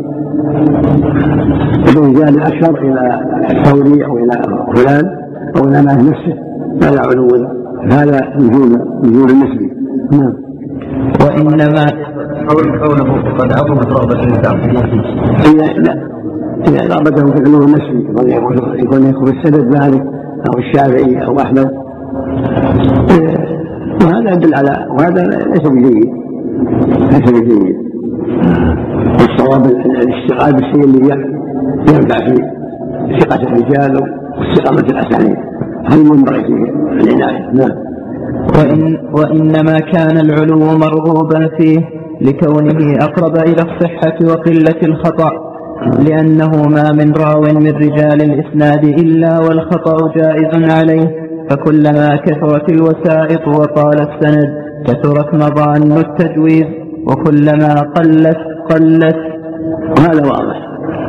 وبرجال أكثر إلى الثوري أو إلى فلان أو إلى مالك نفسه هذا علو، هذا نزول نزول النسبي. نعم. وإنما قوله قد عظمت رغبة المتأخرين فيه لا إذا رغبته في العلو النسبي يكون يكون السند مالك أو الشافعي أو أحمد، وهذا يدل على وهذا ليس بجيد ليس بجيد والصواب الاشتغال بالشيء اللي ينفع في ثقة الرجال واستقامة الأسانيد هل ينبغي فيه العناية. نعم. وإن وإنما كان العلو مرغوبا فيه لكونه أقرب إلى الصحة وقلة الخطأ، لأنه ما من راو من رجال الإسناد إلا والخطأ جائز عليه، فكلما كثرت الوسائط وطال السند كثرت مظان التجويز، وكلما قلت قلت. وهذا واضح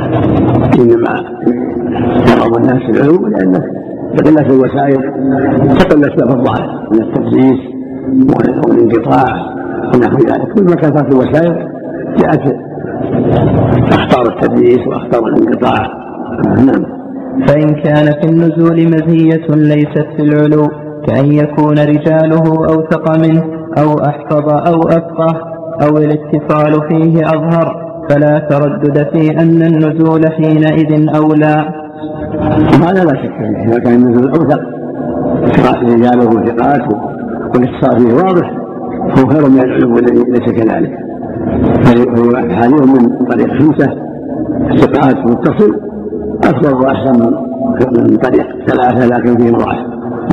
إنما يرغب الناس العلو لأنه تقلت الوسائل تقلت له الضعف من التدليس والانقطاع ونحو ذلك، كل ما كثرت الوسائل جاءت أخطار التدليس وأخطار الانقطاع. نعم. فإن كان في النزول مزية ليست في العلو كأن يكون رجاله أوثق منه أو أحفظ أو أفقه أو الاتصال فيه أظهر فلا تردد في أن النزول حينئذ أولى. هذا لا شك فيه إذا كان النزول أوثق رجاله ثقات والاتصال فيه واضح فهو خير من العلو الذي ليس كذلك، فهو حاليا من طريق خمسة ثقات متصل أفضل وأحسن من طريق ثلاثة لكن فيه ضعف.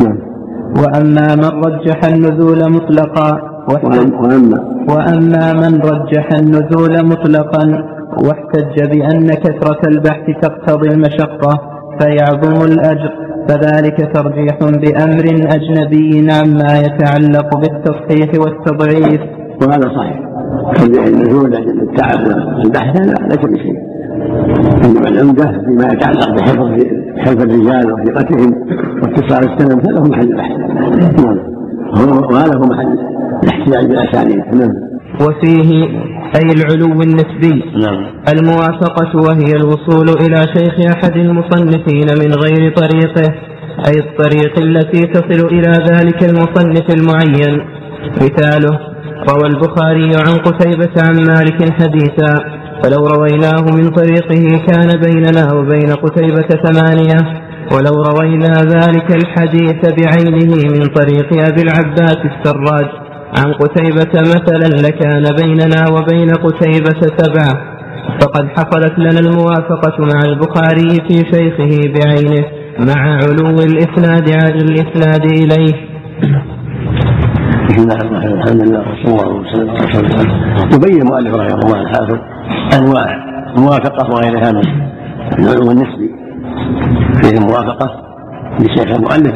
وأما من رجح النزول مطلقا وأما, وأما من رجح النزول مطلقا واحتج بأن كثرة البحث تقتضي المشقة فيعظم الأجر، فذلك ترجيح بأمر أجنبي عما يتعلق بالتصحيح والتضعيف. وهذا صحيح، ترجيح النزول للتعب والبحث لا ليس بشيء، إنما العمدة فيما يتعلق بحفظ الرجال وثقتهم واتصال السند هذا هو محل البحث، وهذا هو محل الاحتجاج بالأسانيد. وفيه أي العلو النسبي. نعم. الموافقة وهي الوصول إلى شيخ أحد المصنفين من غير طريقه، أي الطريق التي تصل إلى ذلك المصنف المعين. مثاله: روى البخاري عن قتيبة عن مالك حديثا، فلو رويناه من طريقه كان بيننا وبين قتيبة ثمانية، ولو روينا ذلك الحديث بعينه من طريق أبي العباس السراج عن قتيبة مثلا لكان بيننا وبين قتيبة سبعة، فقد حصلت لنا الموافقة مع البخاري في شيخه بعينه مع علو الإسناد عن الإسناد إليه. بسم الله الرحمن الرحيم. الحمد لله والصلاة والسلام على رسول الله. يبين مؤلف رحمه الله الحافظ أنواع موافقة وغيرها من العلو النسبي. فيه الموافقة لشيخ المؤلف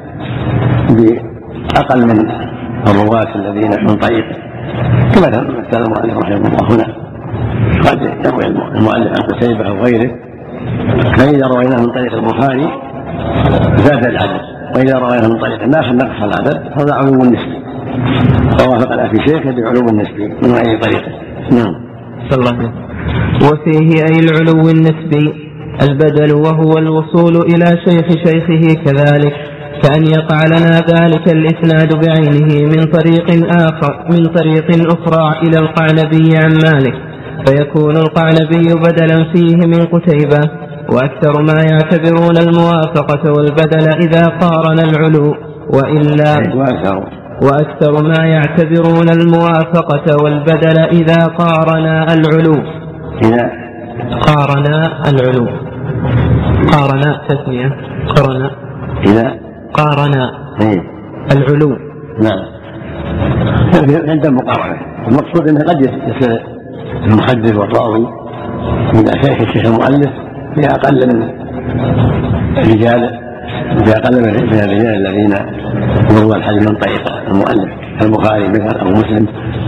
بأقل من الرواة الذين من طريقه، كما مثل المؤلف رحمه الله هنا قد يروي المؤلف عن قتيبة أو غيره، فإذا رويناه من طريق البخاري زاد العدد، وإذا رويناه من طريق الناس نقص العدد، هذا علو نسبي. فوافقنا في شيخه بعلو النسبي من أي طريقه. نعم. صلى الله عليه وسلم. وفيه أي العلو النسبي البدل، وهو الوصول إلى شيخ شيخه كذلك، كأن يقع لنا ذلك الإسناد بعينه من طريق آخر من طريق أخرى إلى القعنبي عن مالك، فيكون القعنبي بدلا فيه من قتيبة. وأكثر ما يعتبرون الموافقة والبدل إذا قارن العلو، وإلا وأكثر ما يعتبرون الموافقة والبدل إذا قارنا العلو إذا قارنا العلو قارنا تسمية قارنا إذا قارنا إيه؟ العلو. نعم. عند المقارنة المقصود أنه قد يصير المحدث والراوي إلى شيخ الشيخ المؤلف في أقل من الرجال في أقل من الرجال الذين يروى الحديث من طريق المؤلف البخاري مثلا أو مسلم.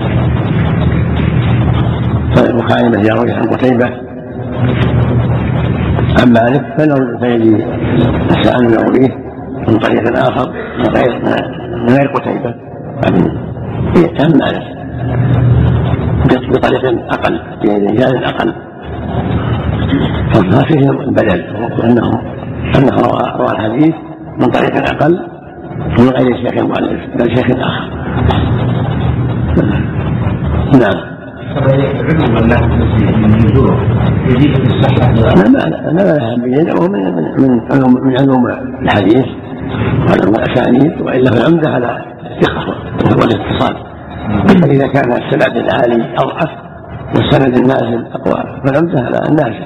فالبخاري مثل يروي عن قتيبة عن مالك فيجي السائل يرويه من طريق آخر من غير من غير قتيبة عن مالك بطريق أقل برجال أقل، فما فيه البدل أنه أنه روى الحديث من طريق أقل من غير شيخ المؤلف بل شيخ آخر. نعم. لا لا لا أهمية، من من من علوم الحديث وعلوم الأسانيد، وإلا في العمدة على الثقة والاتصال. فإذا كان السند العالي أضعف والسند النازل أقوى فالعمدة على النازل،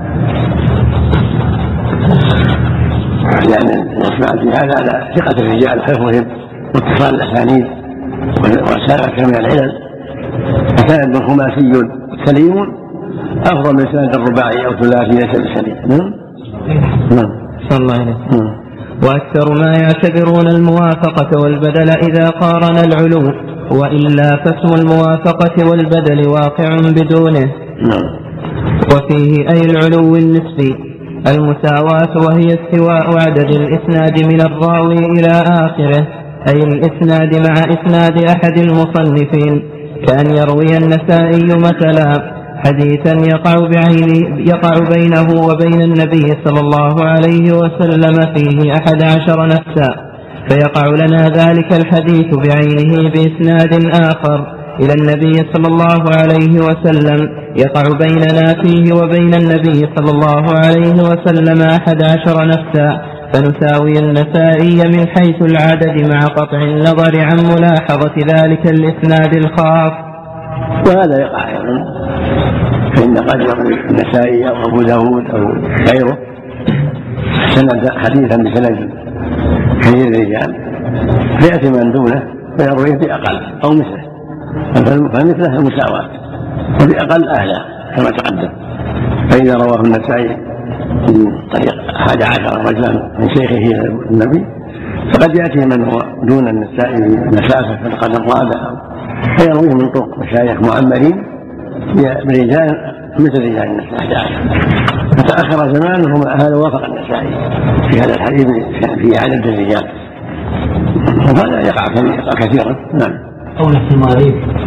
لأن الإسناد في هذا على ثقة الرجال وحفظهم واتصال الأسانيد وسائر من العلل. فسند خماسي سليم أفضل من سند الرباعي أو ثلاثي ليس بسليم. نعم. نعم. صلى الله عليه وسلم. وأكثر ما يعتبرون الموافقة والبدل إذا قارن العلو، وإلا فاسم الموافقة والبدل واقع بدونه. نعم. وفيه أي العلو النسبي المساواة، وهي استواء عدد الإسناد من الراوي إلى آخره، أي الإسناد مع إسناد أحد المصنفين، كأن يروي النسائي مثلا حديثا يقع بعين يقع بينه وبين النبي صلى الله عليه وسلم فيه أحد عشر نفسا، فيقع لنا ذلك الحديث بعينه بإسناد آخر إلى النبي صلى الله عليه وسلم يقع بيننا فيه وبين النبي صلى الله عليه وسلم أحد عشر نفسا، فنساوي النسائي من حيث العدد مع قطع النظر عن ملاحظة ذلك الإسناد الخاص. وهذا يقع أيضا، فإن قد يروي النسائي أو أبو داود أو غيره سند حديثا بسند كثير الرجال فيأتي من دونه فيرويه بأقل أو مثله، فمثله المساواة وبأقل أعلى كما تقدم. فإذا رواه النسائي من طريق أحد عشر رجلا من شيخه النبي فقد يأتي من هو دون النسائي مسافة في القرن الرابع فيرويه من طرق مشايخ معمرين برجال مثل رجال النسائي أحد عشر، فتأخر زمانه هذا وافق النسائي في هذا الحديث في عدد الرجال، وهذا يقع كثيرا. نعم. قول التمارين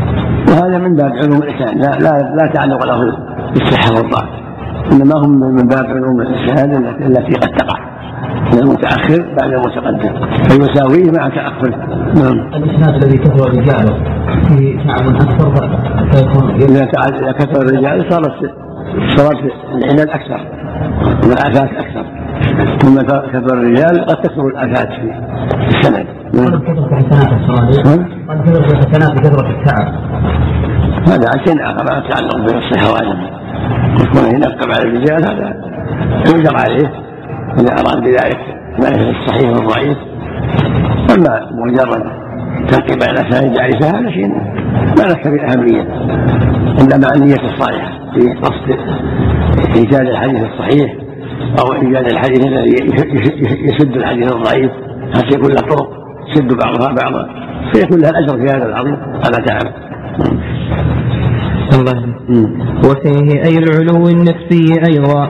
وهذا من باب علوم الإسناد، لا, لا, لا تعلق له بالصحة والضعف، إنما هم من باب علوم الإسناد التي قد تقع من المتأخر بعد المتقدم فيساويه مع تأخره. نعم. الإسناد الذي كثر رجاله في تعب أكثر فيكون إذا كثر الرجال صارت صارت العلل أكثر والآفات أكثر، ثم كثر الرجال قد تكثر الآفات في السند. قد كثرت حسنات الصلاة قد كثرت حسنات بكثرة التعب، هذا شيء آخر لا يتعلق بالصحة وعدمها. يكون ينقب على الرجال هذا يقدر عليه إذا أراد بذلك ما يفعل الصحيح والضعيف، أما مجرد تنقب على الأسانيد يعرفها هذا شيء ما لك بالأهمية، إنما النية الصالحة في قصد إيجاد الحديث الصحيح أو إيجاد الحديث الذي يسد الحديث الضعيف حتى يكون له طرق يسد بعضها بعضا فيكون لها الأجر في هذا العظيم على تعب. الله. وفيه أي العلو النسبي أيضا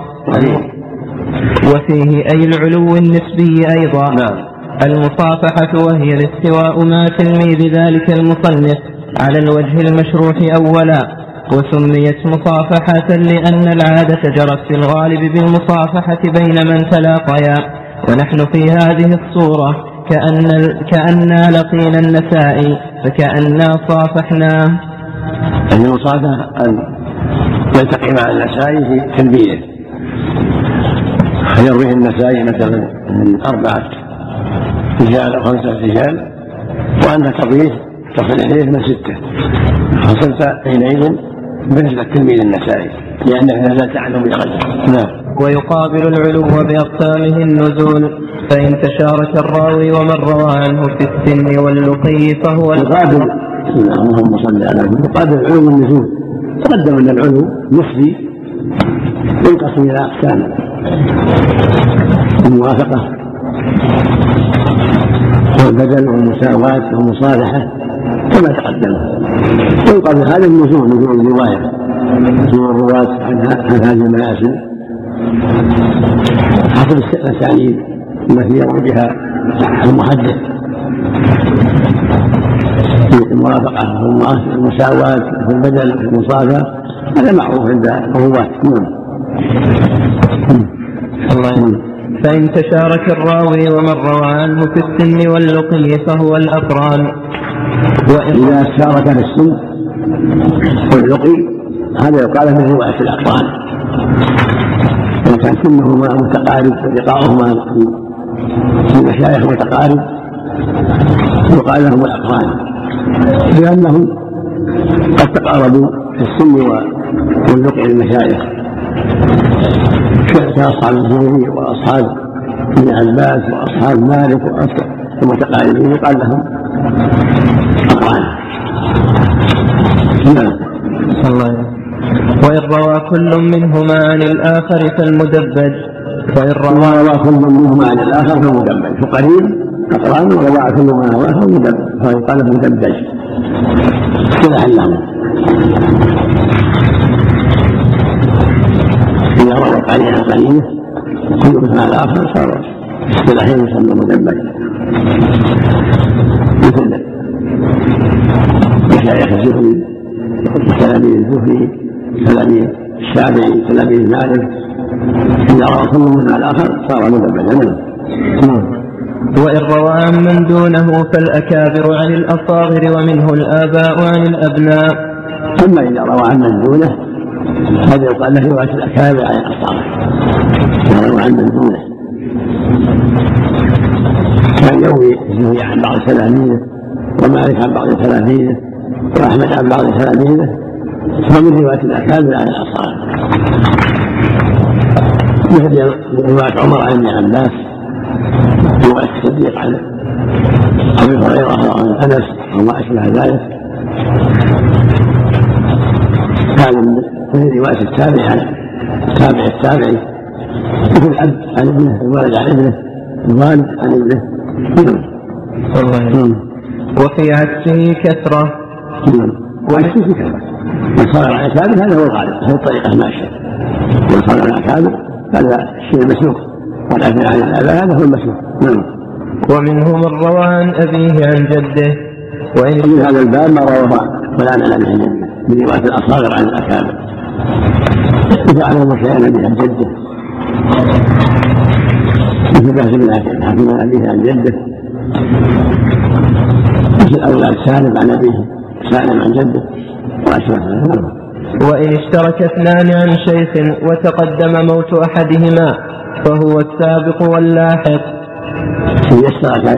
وفيه أي العلو النسبي أيضا نعم. المصافحة، وهي الاستواء مع تلميذ ذلك المصنف على الوجه المشروع أولا، وسميت مصافحة لأن العادة جرت في الغالب بالمصافحة بين من تلاقيا، ونحن في هذه الصورة كأن كأننا لقينا النسائي فكأننا صافحناه. المصافحة أن يلتقي مع النسائي في تلميذه، فيرويه النسائي مثلا من أربعة رجال أو خمسة رجال وأنت تضيف تصل إليه من ستة، حصلت حينئذ بنسبة تلميذ النسائي لأنك نزلت عنه بدرجة. نعم. ويقابل العلو بأقسامه النزول، فإن تشارك الراوي ومن روى عنه في السن واللقي فهو يقابل. اللهم صل على محمد. يقابل العلو والنزول. تقدم أن العلو نسبي ينقسم إلى أقسام: الموافقة والبدل والمساواة والمصالحة كما تقدم. ويقابل هذا النزول نزول الرواية، نزول الرواة عن هذه المنازل حسب الأسانيد التي يروي بها المحدث، الموافقة والمساواة والبدل والمصالحة هذا معروف عند الرواة. الله. فإن تشارك الراوي ومن روى عنه في السن واللقي فهو الأقران. وإذا شارك في السن واللقي هذا يقال من رواية الأقران، إذا كان سنهما متقارب ولقاؤهما في المشايخ متقارب يقال لهم الأقران، لأنهم قد تقاربوا في السن واللقي المشايخ كأصحاب الزهري وأصحاب ابن عباس وأصحاب مالك المتقاربين يقال لهم أقران. نعم. وإن روى كل منهما عن الآخر فالمدبج، وإن روى كل منهما عن الآخر فالمدبج، فقريب أقران وروى كل منهما عن الآخر فالمدبج فيقال له مدبج اصطلاحا لهم. إذا روى قرينة قرينة كل منهما عن الآخر صار اصطلاحين يسمى مدبج، مثل مشايخ الزهري وتلاميذ الزهري تلاميذ الشافعي تلاميذ مالك، إذا روى كل منهما عن الآخر صار مدبجا. وإن روى عن من دونه فالأكابر عن الأصاغر ومنه الآباء عن الأبناء. أما إذا روى عن من دونه هذا يقال له رواية الأكابر عن الأصاغر. إذا روى عن من دونه كان يروي الزهري عن بعض تلاميذه ومالك عن بعض تلاميذه وأحمد عن بعض تلاميذه فمن رواية الأكابر عن الأصاغر، مثل رواية عمر عن ابن عباس، رواية الصديق عن أبي هريرة وعن أنس وما أشبه ذلك. هذا من رواية التابع عن التابع التابعي، مثل الأب عن ابنه، الوالد عن ابنه، الوالد عن ابنه. وفي عكسه كثرة. وعكسه كثرة. من صار على الأكابر هذا هو الغالب، هذه الطريقة ماشية. من صار على الأكابر هذا الشيء المسلوك، والأكل عن الآباء هذا هو المسلوك. ومنه من روى عن أبيه عن جده. وإن هذا الباب ما روى ولا نال به الجنة برواية الأصاغر عن الأكابر فعلهم شيئا بها جده مثل بحث بن حكم عن أبيه عن جده مثل أولاد سالم عن أبيه سالم عن جده وأشبه. وإن اشترك اثنان عن شيخ وتقدم موت أحدهما فهو السابق واللاحق. إن اشترك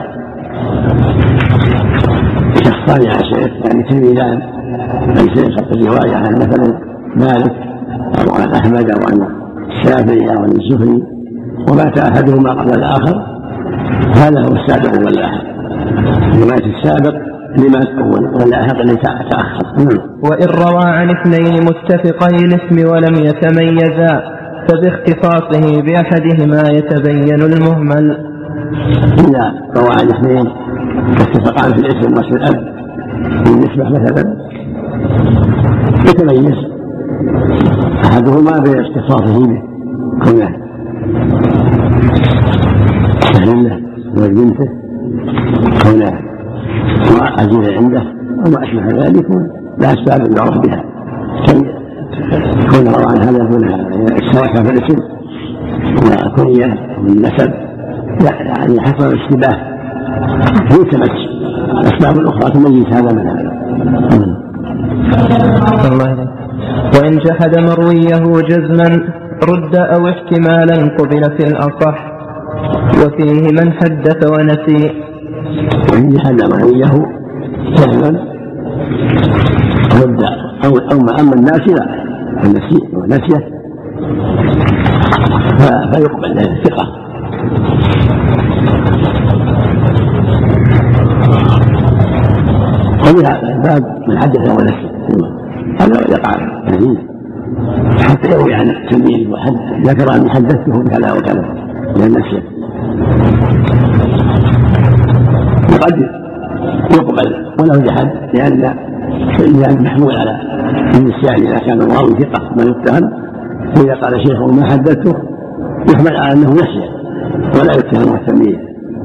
شخصان عن شيخ يعني تلميذان عن شيخ الرواية عن مثلا مالك أو عن أحمد أو عن الشافعي أو عن الزهري ومات أحدهما قبل الآخر هذا هو السابق واللاحق. رواية السابق لما الأول واللاحق اللي تأخر. وإن روى عن اثنين متفقي الاسم ولم يتميزا فباختصاصه بأحدهما يتبين المهمل. إذا روى عن اثنين اتفقان في الاسم واسم الأب بالنسبة مثلا يتميز أحدهما باختصاصه به كونه سهل وبنته كونه عزيز عنده وما أشبه ذلك لا أسباب المعروف بها كون روى عن هذا يكون الشركة في الاسم والكنية والنسب يعني حصل الاشتباه يلتمس الأسباب الأخرى تميز هذا من هذا. وإن جحد مرويه جزما رد أو احتمالا قبل في الأصح وفيه من حدث ونسي. وإن جحد مرويه جزما رد أو أو ما أما الناس لا ونسيه فيقبل له الثقة. وبهذا الباب من حدث ونسي هذا يقع كثير حتى يروي عن التلميذ وحد ذكر أني حدثته بكذا وكذا لأن نسيه وقد يقبل وله جحد لأن الإنسان محمول على النسيان إذا كان الراوي ثقة ما يتهم وإذا قال شيخه ما حدثته يحمل على أنه نسي ولا يتهم التلميذ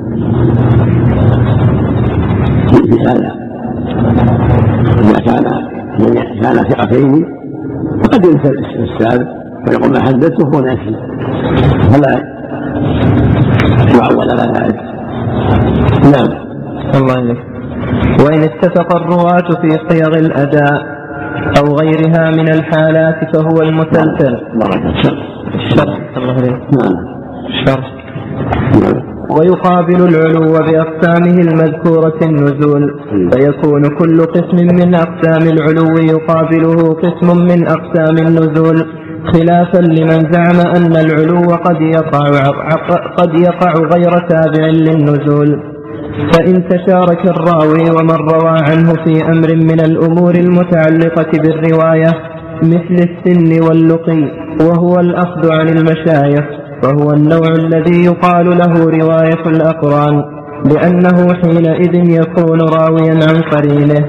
في هذا. إذا كان كان ثقتين فقد ينسى السابق ويقول ما حدثته هو ناسي فلا يعول على ذلك. نعم. الله عليك. وإن اتفق الرواة في صيغ الأداء أو غيرها من الحالات فهو المسلسل. الشرط. الله عليك. نعم. الشرط. ويقابل العلو بأقسامه المذكورة النزول فيكون كل قسم من أقسام العلو يقابله قسم من أقسام النزول خلافا لمن زعم أن العلو قد يقع, قد يقع غير تابع للنزول. فإن تشارك الراوي ومن روى عنه في أمر من الأمور المتعلقة بالرواية مثل السن واللقي وهو الأخذ عن المشايخ فهو النوع الذي يقال له رواية الأقران لأنه حينئذ يكون راويا عن قرينه.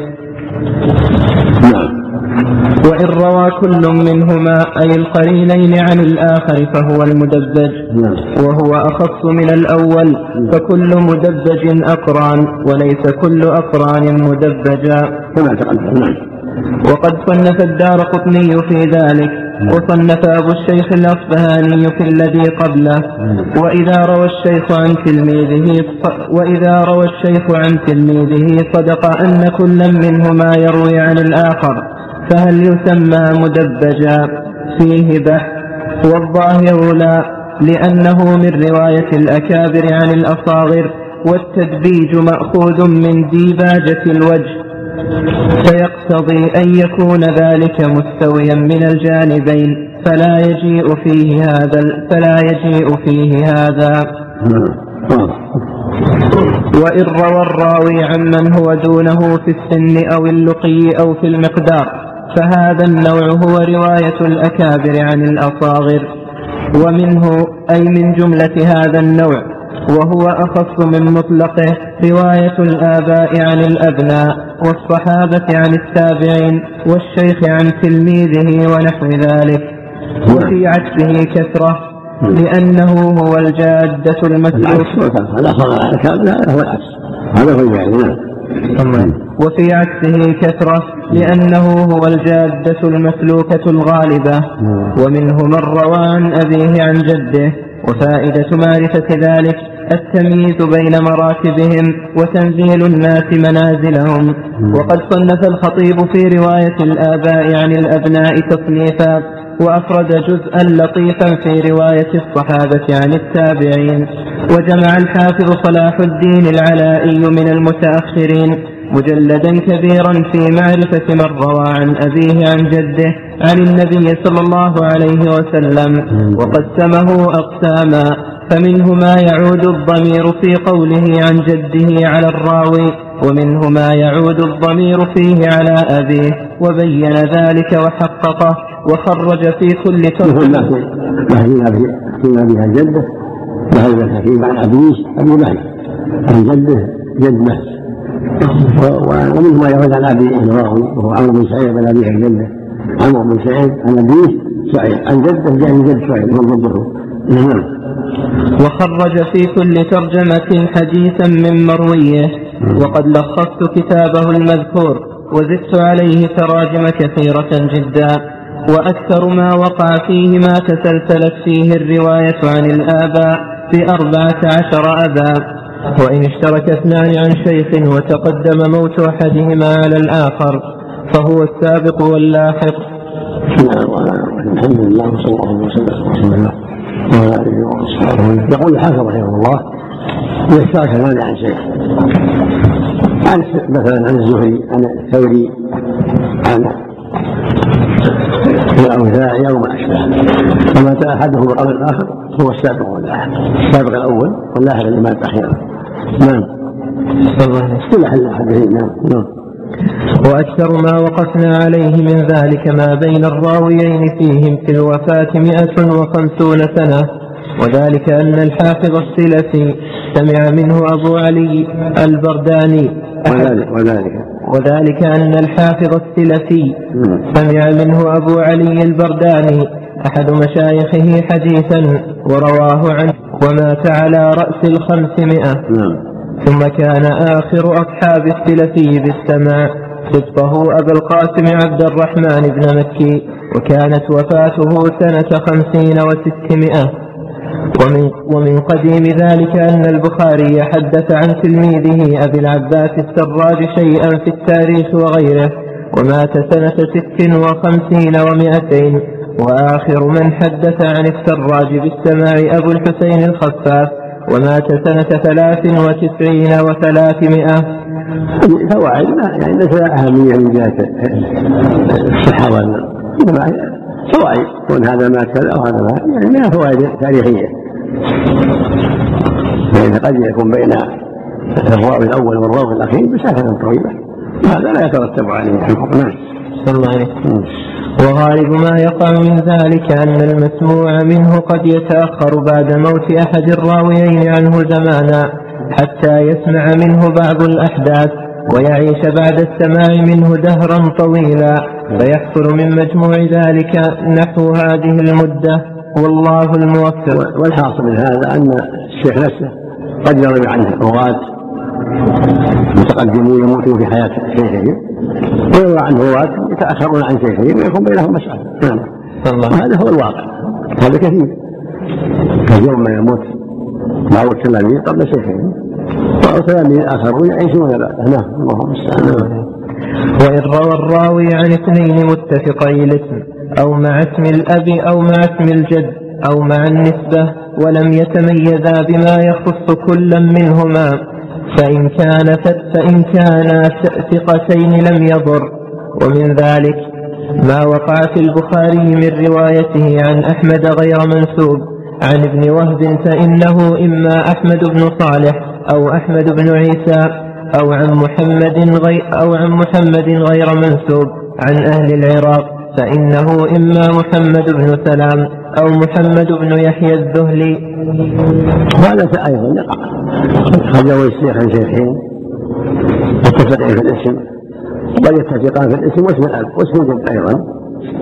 وإن روى كل منهما أي القرينين عن الآخر فهو المدبج وهو أخص من الأول فكل مدبج أقران وليس كل أقران مدبجا. وقد صنف الدارقطني في ذلك وصنف أبو الشيخ الأصبهاني في الذي قبله. وإذا روى الشيخ عن تلميذه وإذا روى الشيخ عن تلميذه صدق أن كل منهما يروي عن الآخر فهل يسمى مدبجا؟ فيه بحث والظاهر لا لأنه من رواية الأكابر عن الأصاغر والتدبيج مأخوذ من ديباجة الوجه فيقتضي أن يكون ذلك مستويا من الجانبين فلا يجيء فيه هذا فلا يجيء فيه هذا. وإن روى الراوي عمن هو دونه في السن أو اللقي أو في المقدار فهذا النوع هو رواية الأكابر عن الأصاغر ومنه أي من جملة هذا النوع وهو أخص من مطلقه رواية الآباء عن الأبناء والصحابة عن التابعين والشيخ عن تلميذه ونحو ذلك. وفي عكسه كثرة لأنه هو الجادة المسلوك. هذا هو العكس هذا هو العكس. وفي عكسه كثرة لأنه هو الجادة المسلوكة الغالبة. ومنه من روى عن أبيه عن جده. وفائدة معرفة ذلك التمييز بين مراتبهم وتنزيل الناس منازلهم. وقد صنف الخطيب في رواية الآباء عن الأبناء تصنيفا، وأفرد جزءا لطيفا في رواية الصحابة عن التابعين. وجمع الحافظ صلاح الدين العلائي من المتأخرين مجلدا كبيرا في معرفة من روى عن أبيه عن جده عن النبي صلى الله عليه وسلم، وقسمه أقساما، فمنه ما يعود الضمير في قوله عن جده على الراوي، ومنه ما يعود الضمير فيه على أبيه، وبين ذلك وحققه وخرج في كل ترجمة. فيما بها جده وهذا الحكيم عن أبيه أبي مهدي عن جده جد مهدي. ومنه ما يعود عن أبي الراوي وهو عمرو بن سعيد عن أبيه عن جده عمرو بن سعيد عن أبيه سعيد عن جده يعني جد سعيد وهو ضده. وخرج في كل ترجمة حديثا من مرويه. وقد لخصت كتابه المذكور وزدت عليه تراجم كثيرة جدا، وأكثر ما وقع فيه ما تسلسلت فيه الرواية عن الآباء في أربعة عشر أبا، وإن اشترك اثنان عن شيخ وتقدم موت أحدهما على الآخر فهو السابق واللاحق. الحمد لله وصلى الله وسلم وعلى آله وصحبه. يقول الحافظ رحمه الله إذا اشترك اثنان عن شيخ، عن مثلا عن الزهري عن الثوري عن الأوزاعي أو ما أشبه، ومات أحدهم قبل الآخر هو السابق واللاحق، السابق الأول واللاحق اللي مات أخيرا. نعم اصطلح الحديثين. نعم. وأكثر ما وقفنا عليه من ذلك ما بين الراويين فيهم في الوفاة مئة وخمسون سنة، وذلك أن الحافظ السلفي سمع منه أبو علي البرداني وذلك, وذلك, وذلك أن الحافظ السلفي سمع منه أبو علي البرداني أحد مشايخه حديثا ورواه عنه ومات على رأس الخمسمائة. ثم كان آخر أصحاب السلفي بالسماع صدقه أبا القاسم عبد الرحمن بن مكي، وكانت وفاته سنة خمسين وستمائة. ومن, ومن قديم ذلك أن البخاري حدث عن تلميذه أبي العباس السراج شيئا في التاريخ وغيره، ومات سنة ست وخمسين ومائتين. وآخر من حدث عن السراج بالسماع أبو الحسين الخفاف، ومات سنة ثلاث وتسعين وثلاثمائة. فوائد يعني ليس أهمية من جهة الصحة، إنما فوائد، كون هذا ما كذا وهذا ما، يعني منها فوائد تاريخية، لأن قد يكون بين الراوي الأول والراوي الأخير مسافة طويلة، وهذا لا يترتب عليه حكم. صلى الله عليه وسلم. وغالب ما يقع من ذلك أن المسموع منه قد يتأخر بعد موت أحد الراويين عنه زمانا حتى يسمع منه بعض الأحداث، ويعيش بعد السماع منه دهرا طويلا، فيحصل من مجموع ذلك نحو هذه المدة، والله الموفق. والحاصل من هذا أن الشيخ نفسه قد يروي عنه رواة متقدمون يموتون في حياة شيخهم، ويروى عنه رواة يتأخرون عن شيخهم ويكون بينهم مسألة. وهذا هو الواقع، هذا كثير، كثير ما يموت بعض التلاميذ قبل شيخهم، وتلاميذ آخرون يعيشون بعده. نعم، الله المستعان. وإن روى الراوي عن اثنين متفقي الاسم أو مع اسم الأب أو مع اسم الجد أو مع النسبة ولم يتميزا بما يخص كلا منهما، فإن كان فإن كانا ثقتين لم يضر. ومن ذلك ما وقع في البخاري من روايته عن أحمد غير منسوب عن ابن وهب، فإنه إما أحمد بن صالح أو أحمد بن عيسى أو عن محمد غير أو عن محمد غير منسوب عن أهل العراق، فإنه إما محمد بن سلام أو محمد بن يحيى الذهلي. وهذا أيضا يقع، قد يروي الشيخ عن شيخين متفقين في الاسم، قد يتفقان في الاسم واسم الأب واسم الجد أيضا،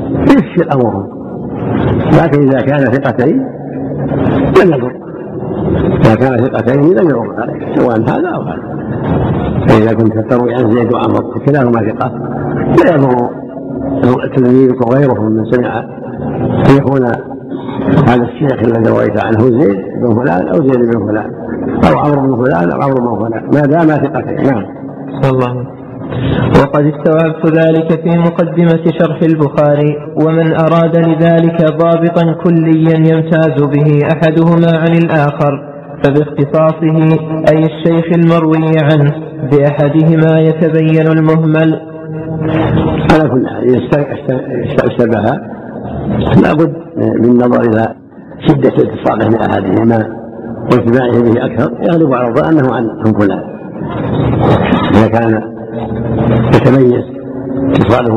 يفشل أمرهم، لكن إذا كان ثقتين لم يضر، إذا كان ثقتين لم يضر عليك سواء هذا أو هذا. فإذا كنت تروي عن زيد وعمر كلاهما ثقة لا يضر تلميذك وغيره من سمع أن يكون هذا الشيخ الذي رويت عنه زيد بن فلان أو زيد بن فلان أو عمرو بن فلان أو عمرو بن فلان ما دام ثقتين. نعم. الله. وقد استوعبت ذلك في مقدمة شرح البخاري. ومن أراد لذلك ضابطا كليا يمتاز به أحدهما عن الآخر فباختصاصه أي الشيخ المروي عنه بأحدهما يتبين المهمل. على كل حال استشبه لابد من نظر إلى شدة اتصاله بأحدهما واتباعه به أكثر يغلب على الظن أنه عن فلان. إذا كان يتميز اتصاله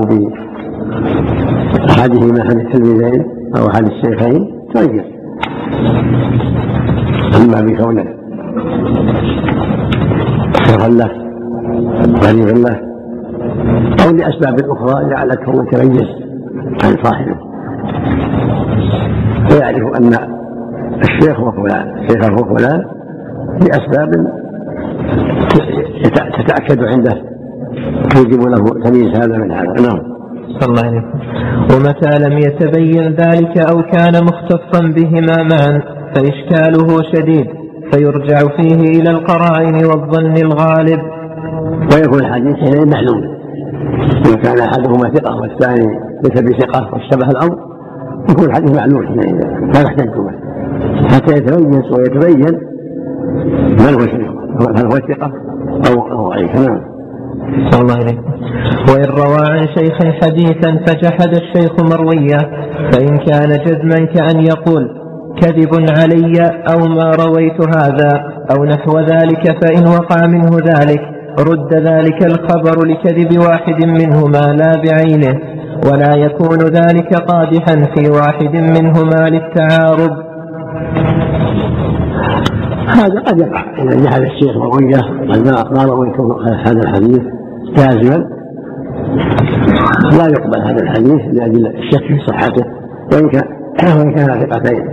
بأحدهما أحد التلميذين أو أحد الشيخين تميز. أما بكونه شيخا له غريبا له أو لأسباب أخرى جعلته يتميز عن صاحبه ويعرف أن الشيخ هو فلان الشيخ هو فلان لأسباب تتأكد عنده توجب له تمييز هذا من هذا. نعم. صلى الله عليه. ومتى لم يتبين ذلك أو كان مختصا بهما معا فإشكاله شديد فيرجع فيه إلى القرائن والظن الغالب ويكون الحديث حينئذ معلوم. إذا كان أحدهما ثقة والثاني ليس بثقة واشتبه الأمر يكون الحديث معلوم حينئذ لا يحتاج به حتى يتميز ويتبين من هو هل هو ثقة أو ضعيف. نعم. صلى الله عليه. وإن روى عن شيخ حديثا فجحد الشيخ مرويه فإن كان جزما كأن يقول كذب علي أو ما رويت هذا أو نحو ذلك فإن وقع منه ذلك رد ذلك الخبر لكذب واحد منهما لا بعينه ولا يكون ذلك قادحا في واحد منهما للتعارض. هذا قد يقع إذا جحد الشيخ مرويه ما رويت هذا الحديث جازما لا يقبل هذا الحديث لأجل الشك في صحته وإن كان ثقتين.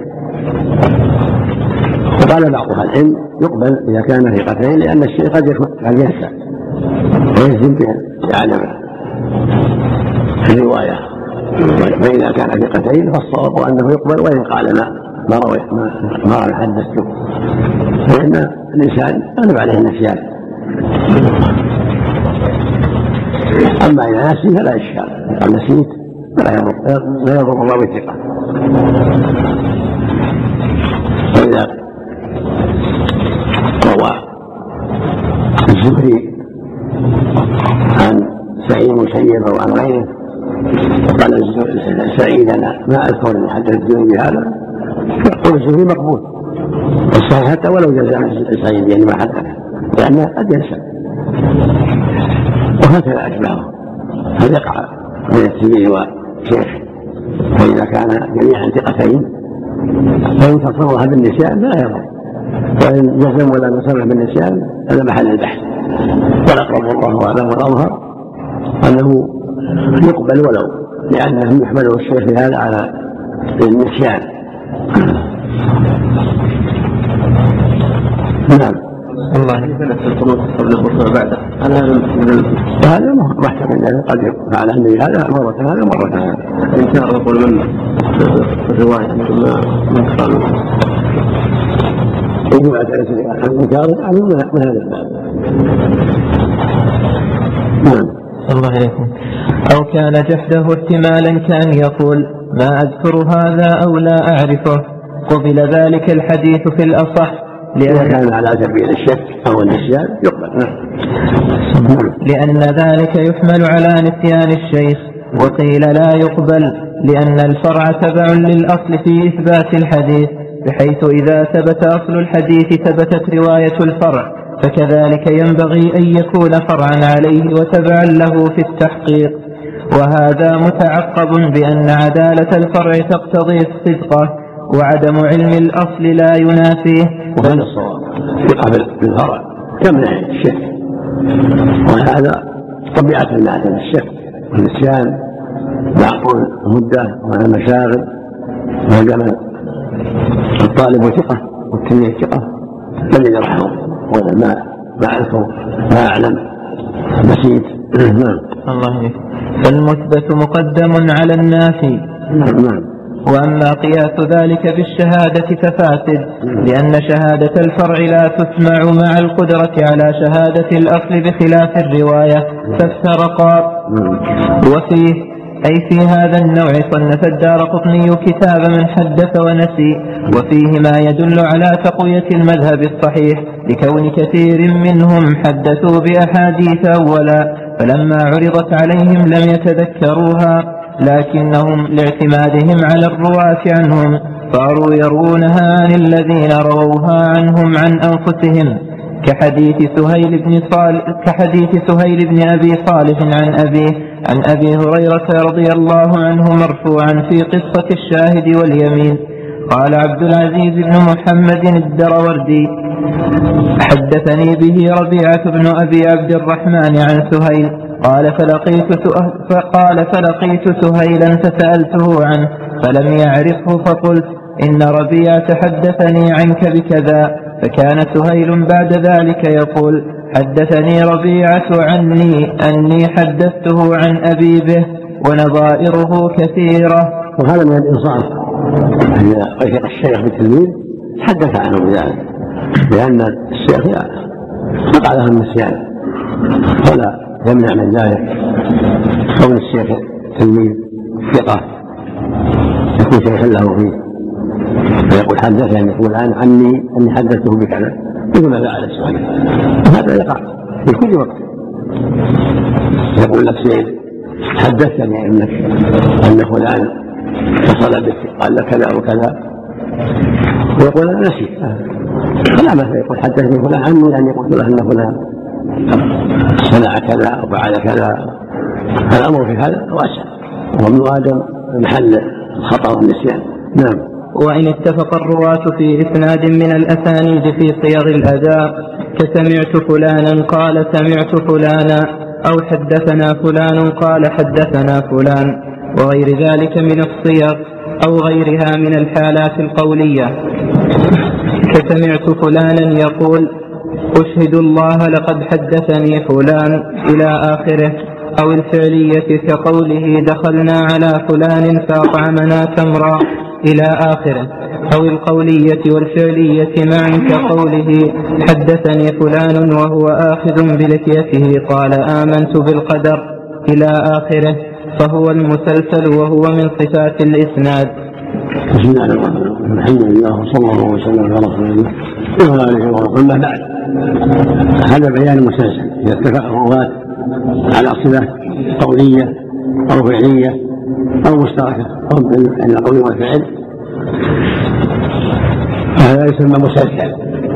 وقال بعض أهل العلم يقبل إذا كان ثقتين لأن الشيء قد ينسى ويجزم بعدم الرواية فإذا كان ثقتين فالصواب أنه يقبل وإن قال ما ما روي ما حدثته فإن الإنسان غلب عليه النسيان. أما إذا نسي فلا إشكال قال نسيت لا يضر الله بالثقة. وإذا روى الزهري عن سعيد المسيب أو عن غيره وقال سعيد أنا ما أذكر أن حدث الزهري بهذا فيقول الزهري مقبول والصحيح حتى ولو جزع سعيد يعني ما حدث لأنه قد ينسى وهكذا أشباهه. هذا يقع بين التلميذ والشيخ فإذا كان جميعا ثقتين فإن تصرف بالنسيان لا يضر وإن جزم ولا تصرف بالنسيان هذا محل البحث. والأقرب والله أعلم والأظهر أنه يقبل ولو لأنه يحمله الشيخ في هذا على النسيان. نعم. الله يثبت القنوت قبل الركوع بعده هذا محتمل أنه قد يفعل النبي هذا مرة هذا مرة هذا إن شاء الله يقول من الرواية مثل ما قال يجب على الإنكار عنه من هذا الباب. نعم. الله عليكم. أو كان جحده احتمالا كأن يقول ما أذكر هذا أو لا أعرفه قبل ذلك الحديث في الأصح لأن كان على سبيل الشك أو النسيان يقبل. لأن ذلك يحمل على نسيان الشيخ وقيل لا يقبل لأن الفرع تبع للأصل في إثبات الحديث بحيث إذا ثبت أصل الحديث ثبتت رواية الفرع فكذلك ينبغي أن يكون فرعا عليه وتبعا له في التحقيق. وهذا متعقب بأن عدالة الفرع تقتضي الصدق وعدم علم الأصل لا ينافيه. وهذا الصواب ثقة بالفرع تمنع الشك وهذا طبيعة الناس الشك والنسيان معقول مدة وعلى مشاغل وعندما الطالب ثقة والتلميذ ثقة لم يجرحه ولا ما ما أذكر ما أعلم نسيت. الله عليك. فالمثبت مقدم على النافي. نعم. وأما قياس ذلك بالشهادة ففاسد، لأن شهادة الفرع لا تسمع مع القدرة على شهادة الأصل بخلاف الرواية فافترقا. وفيه أي في هذا النوع صنف الدارقطني كتاب من حدث ونسي، وفيه ما يدل على تقوية المذهب الصحيح لكون كثير منهم حدثوا بأحاديث أولا فلما عرضت عليهم لم يتذكروها، لكنهم لاعتمادهم على الرواة عنهم صاروا يروونها عن الذين رووها عنهم عن أنفسهم، كحديث سهيل بن صالح كحديث سهيل بن أبي صالح عن أبيه عن أبي هريرة رضي الله عنه مرفوعا في قصة الشاهد واليمين. قال عبد العزيز بن محمد الدروردي حدثني به ربيعة بن أبي عبد الرحمن عن سهيل قال فلقيت فقال فلقيت سهيلا فسألته عنه فلم يعرفه فقلت إن ربيعة حدثني عنك بكذا، فكان سهيل بعد ذلك يقول حدثني ربيعة عني أني حدثته عن أبي به، ونظائره كثيرة. وهذا من الإنصاف إذا وثق الشيخ بالتلميذ حدث عنه بذلك، لأن الشيخ وقع له النسيان ولا يمنع من ذلك كون الشيخ تلميذ ثقة يكون شيخا له فيه فيقول حدثني يقول الآن عني أني حدثته بكذا يقول ماذا على السؤال، وهذا يقع في كل وقت. يقول لك شيء حدثني انك ان فلان اتصل بك قال لك كذا وكذا ويقول انا نسيت فلا مثلا يقول حدثني فلان عني ان يقول له ان فلان صنع كذا او فعل كذا. الامر في هذا واسع وابن ادم محل الخطا والنسيان. نعم. وإن اتفق الرواة في إسناد من الأسانيد في صيغ الأداء كسمعت فلانا قال سمعت فلانا أو حدثنا فلان قال حدثنا فلان وغير ذلك من الصيغ أو غيرها من الحالات القولية، كسمعت فلانا يقول أشهد الله لقد حدثني فلان إلى آخره، أو الفعلية كقوله دخلنا على فلان فأطعمنا تمرا إلى آخره، أو القولية والفعلية معا كقوله حدثني فلان وهو آخذ بلحيته قال آمنت بالقدر إلى آخره، فهو المسلسل وهو من صفات الإسناد. بسم الله الرحمن الرحيم. الحمد لله وصلى الله وسلم على رسول الله وعلى آله وصحبه. أما بعد، هذا بيان المسلسل إذا اتفق الرواة على صفة قولية أو فعلية أو مشتركة أو بين القول والفعل هذا يسمى مسلسل.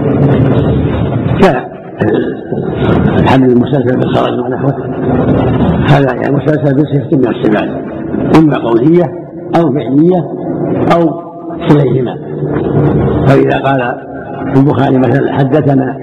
كالحمل المسلسل بالخرج ونحوه، هذا يعني مسلسل بصفة من الصفات إما قولية أو فعلية أو كليهما. فإذا قال البخاري مثلا حدثنا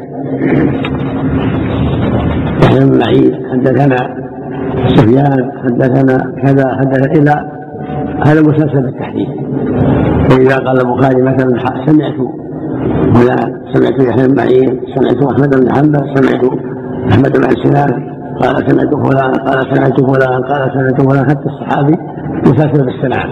يحيى بن معين حدثنا سفيان حدثنا كذا حدثنا إلى هذا مسلسل بالتحديد. وإذا قال البخاري مثلا سمعت فلان سمعت يحيى بن معين سمعت أحمد بن حنبل سمعت أحمد بن سنان قال سمعت فلان قال سمعت فلان قال سمعت فلان، حتى الصحابي مسلسل بالسماع.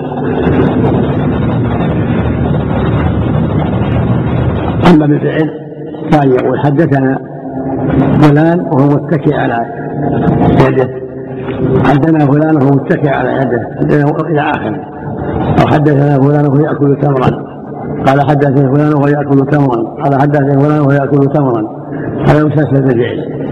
أما بالفعل كان يقول حدثنا فلان وهو متكئ على يده، حدثنا فلان وهو متكئ على يده إلى آخره، أو حدثنا فلان وهو يأكل تمرا قال حدثني فلان وهو يأكل تمرا قال حدثني فلان وهو يأكل تمرا، هذا مسلسل بالفعل.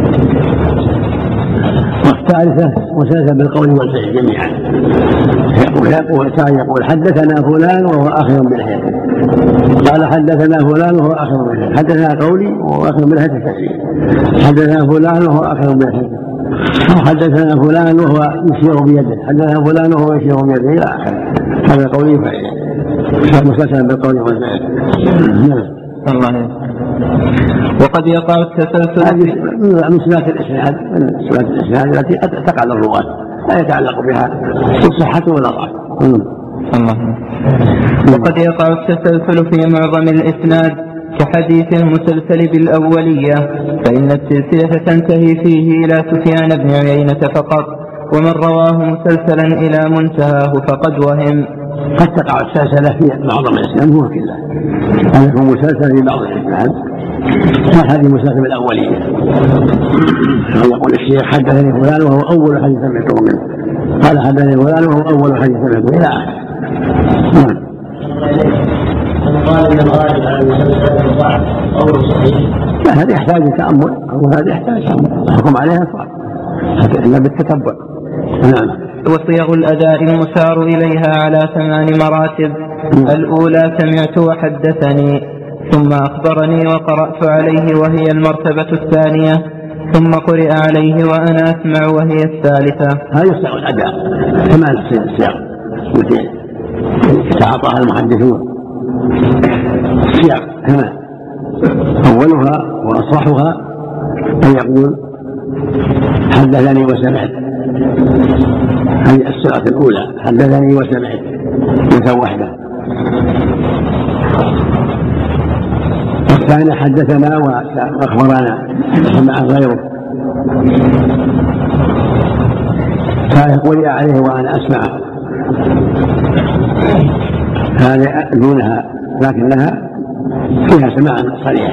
والثالثة مسلسل بالقول والفعل جميعا. يقول يقول حدثنا فلان وهو آخذ بلحيته قال حدثنا فلان وهو آخذ بلحيته، حدثنا قولي وهو آخذ بلحيته كثير، حدثنا فلان وهو آخذ بلحيته، حدثنا فلان وهو يشير بيده، حدثنا فلان وهو يشير بيده إلى آخره. هذا قولي وفعل مسلسل بالقول والفعل. الله. وقد يقع التسلسل من صفات الإسناد من صفات الإسناد التي قد تقع للرواة لا يتعلق بها الصحة ولا ضعف. الله. وقد يقع التسلسل في معظم الإسناد كحديث المسلسل بالأولية، فإن السلسلة تنتهي فيه إلى سفيان بن عيينة فقط، ومن رواه مسلسلا إلى منتهاه فقد وهم. قد تقع السلسلة في معظم الإسناد هو كله، هذا يكون مسلسل في بعض الإسناد كهذه المسلسل بالأولية. يقول الشيخ حدثني فلان وهو أول حديث سمعته منه، قال حدثني فلان وهو أول حديث سمعته إلى آخره. قال ان الغالب على المسلسل ضعف او صحيح، لا هذا يحتاج تأمل، أو هذا يحتاج الحكم عليها صعب إلا بالتتبع. نعم. وصيغ الأداء المشار إليها على ثمان مراتب. الأولى سمعت وحدثني، ثم أخبرني وقرأت عليه وهي المرتبة الثانية، ثم قرئ عليه وأنا أسمع وهي الثالثة. هذا صيغ الأداء ثمان صيغ تعاطاها المحدثون. الصيغ ثمان، أولها وأصرحها أن يقول حدثني وسمعت، هذه الصيغة الأولى حدثني وسمعت مثل وحده. الثانية حدثنا وأخبرنا سمع غيره. ثالث قرئ عليه وأنا أسمع، هذه دونها لكنها فيها سماع صريح.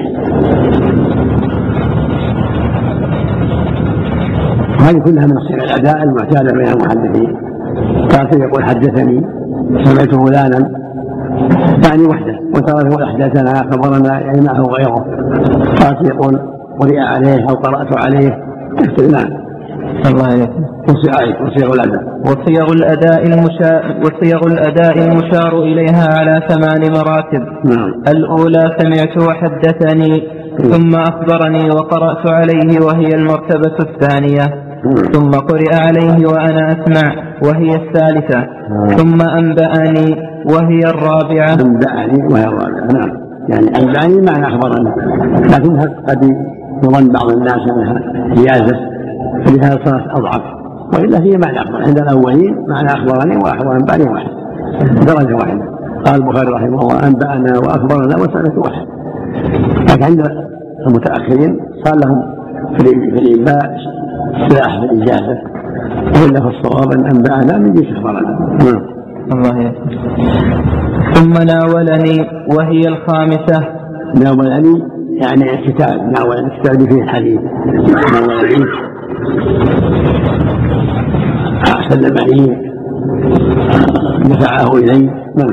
وهذه كلها من صيغ الأداء المعتادة بين المحدثين. قال يقول حدثني سمعت فلانا يعني وحده، وترى يقول حدثنا خبرنا يعني معه غيره. قال يقول قرئ عليه أو قرأت عليه تختلفان. الله يكفي. وصيغ الأداء وصيغ الأداء المشار وصيغ الأداء المشار إليها على ثمان مراتب. نعم. الأولى سمعت وحدثني، ثم أخبرني وقرأت عليه وهي المرتبة الثانية، ثم قرئ عليه وأنا أسمع وهي الثالثة، ثم أنبأني وهي الرابعة. أنبأني وهي الرابعة. نعم. يعني أنبأني معنى أخبرني، لكنها قد يظن بعض الناس أنها إجازة، فلهذا صارت أضعف، وإلا هي معنى أخبر. عند الأولين معنى أخبرني وأنبأني واحد، درجة واحدة. قال البخاري رحمه الله أنبأنا وأخبرنا وسألت واحد. لكن عند المتأخرين صار لهم في الإنباء سلاح في الإجازة، وإلا في الصواب أن أنبأنا من جيش أخبرنا. الله يكفي. ثم ناولني وهي الخامسة. ناولني يعني كتاب، ناولني كتاب فيه الحديث. ناولني سلمني دفعه إلي.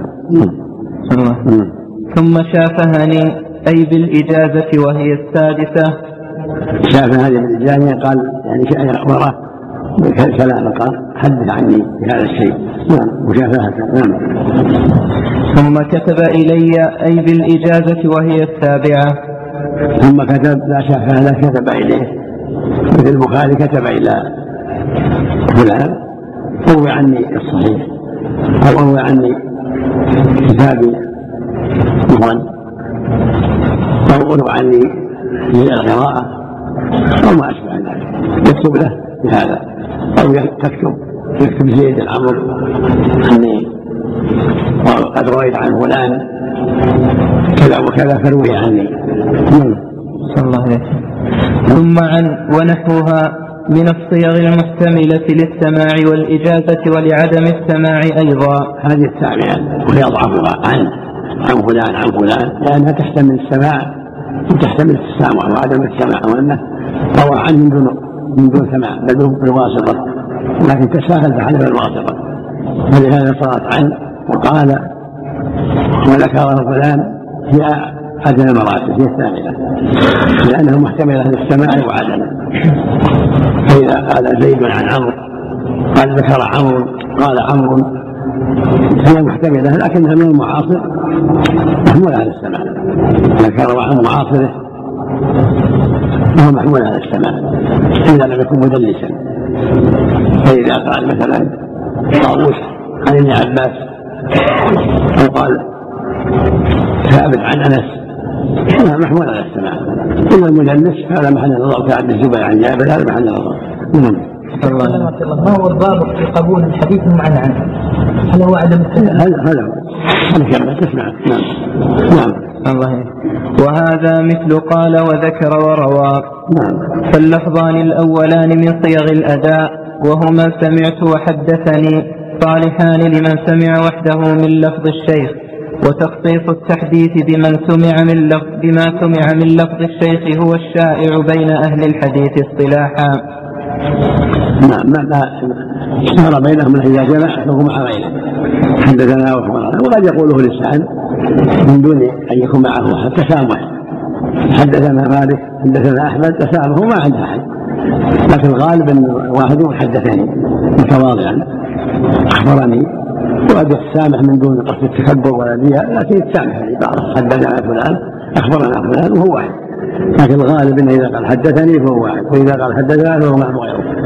ثم شافهني أي بالإجازة وهي السادسة. شافهني بالإجازة قال يعني شيء أخبره كلام، قال حدث عني بهذا الشيء. نعم. مشافهة. نعم. ثم كتب إلي أي بالإجازة وهي السابعة. ثم كتب لا شافه لا كتب إليه، مثل البخاري كتب إلى فلان روي عني الصحيح، أو روي عني كتابي مهن، أو روي عني القراءة أو ما أشبه ذلك، يكتب له بهذا، أو تكتب يكتب زيد العمر عني وقد رويت عن فلان كذا وكذا فروي عني. صلى الله عليه وسلم. ثم عن ونحوها من الصيغ المحتملة للسماع والإجازة ولعدم السماع أيضا. هذه السامعة وهي أضعفها عن عن فلان عن فلان، لأنها تحتمل السماع وتحتمل السامع وعدم السماع، وأنه روى عنه من دون من دون سماع بل بالواسطة، لكن تساهل بحذف الواسطة، ولهذا صارت عن وقال وذكره فلان هي أدنى المراتب، هي الثانية، لأنها محتملة للسماع وعدمه. فإذا قال زيد عن عمرو قال ذكر عمرو قال عمرو هي محتملة، لكنها من المعاصر محمولة على السماع. ذكر عن معاصره وهو محمول على السماع إذا لم يكن مدلسا. فإذا قال مثلا طاووس عن ابن عباس أو قال ثابت عن أنس هذا محمول على السماع. إلا المدلس هذا محل النظر، كعبد الزبير عن جابر هذا محل النظر. الله. ما هو الضابط في قبول الحديث المعنعن؟ هل هو عدم التسمع؟ هذا هذا هذا تسمع. نعم نعم. الله. وهذا مثل قال وذكر وروى. نعم. فاللفظان الأولان من صيغ الأداء وهما سمعت وحدثني صالحان لمن سمع وحده من لفظ الشيخ، وتخصيص التحديث بمن سمع من لفظ بما سمع من لفظ الشيخ هو الشائع بين أهل الحديث اصطلاحا. نعم. ما ما اشتهر بينهم إذا جمع حكم مع غيره، حدثنا وأخبرنا، وقد يقوله لسان من دون أن يكون معه حتى تسامح. حدثنا مالك حدثنا أحمد تسامح ما عند أحد، لكن الغالب أن واحد حدثني متواضعا أخبرني، وقد يتسامح من دون قصد التكبر ولا رياء، لكن يتسامح لبعض. حدثنا فلان أخبرنا فلان وهو واحد، لكن الغالب أنه إذا قال حدثني فهو واحد، وإذا قال حدثنا فهو معه غيره.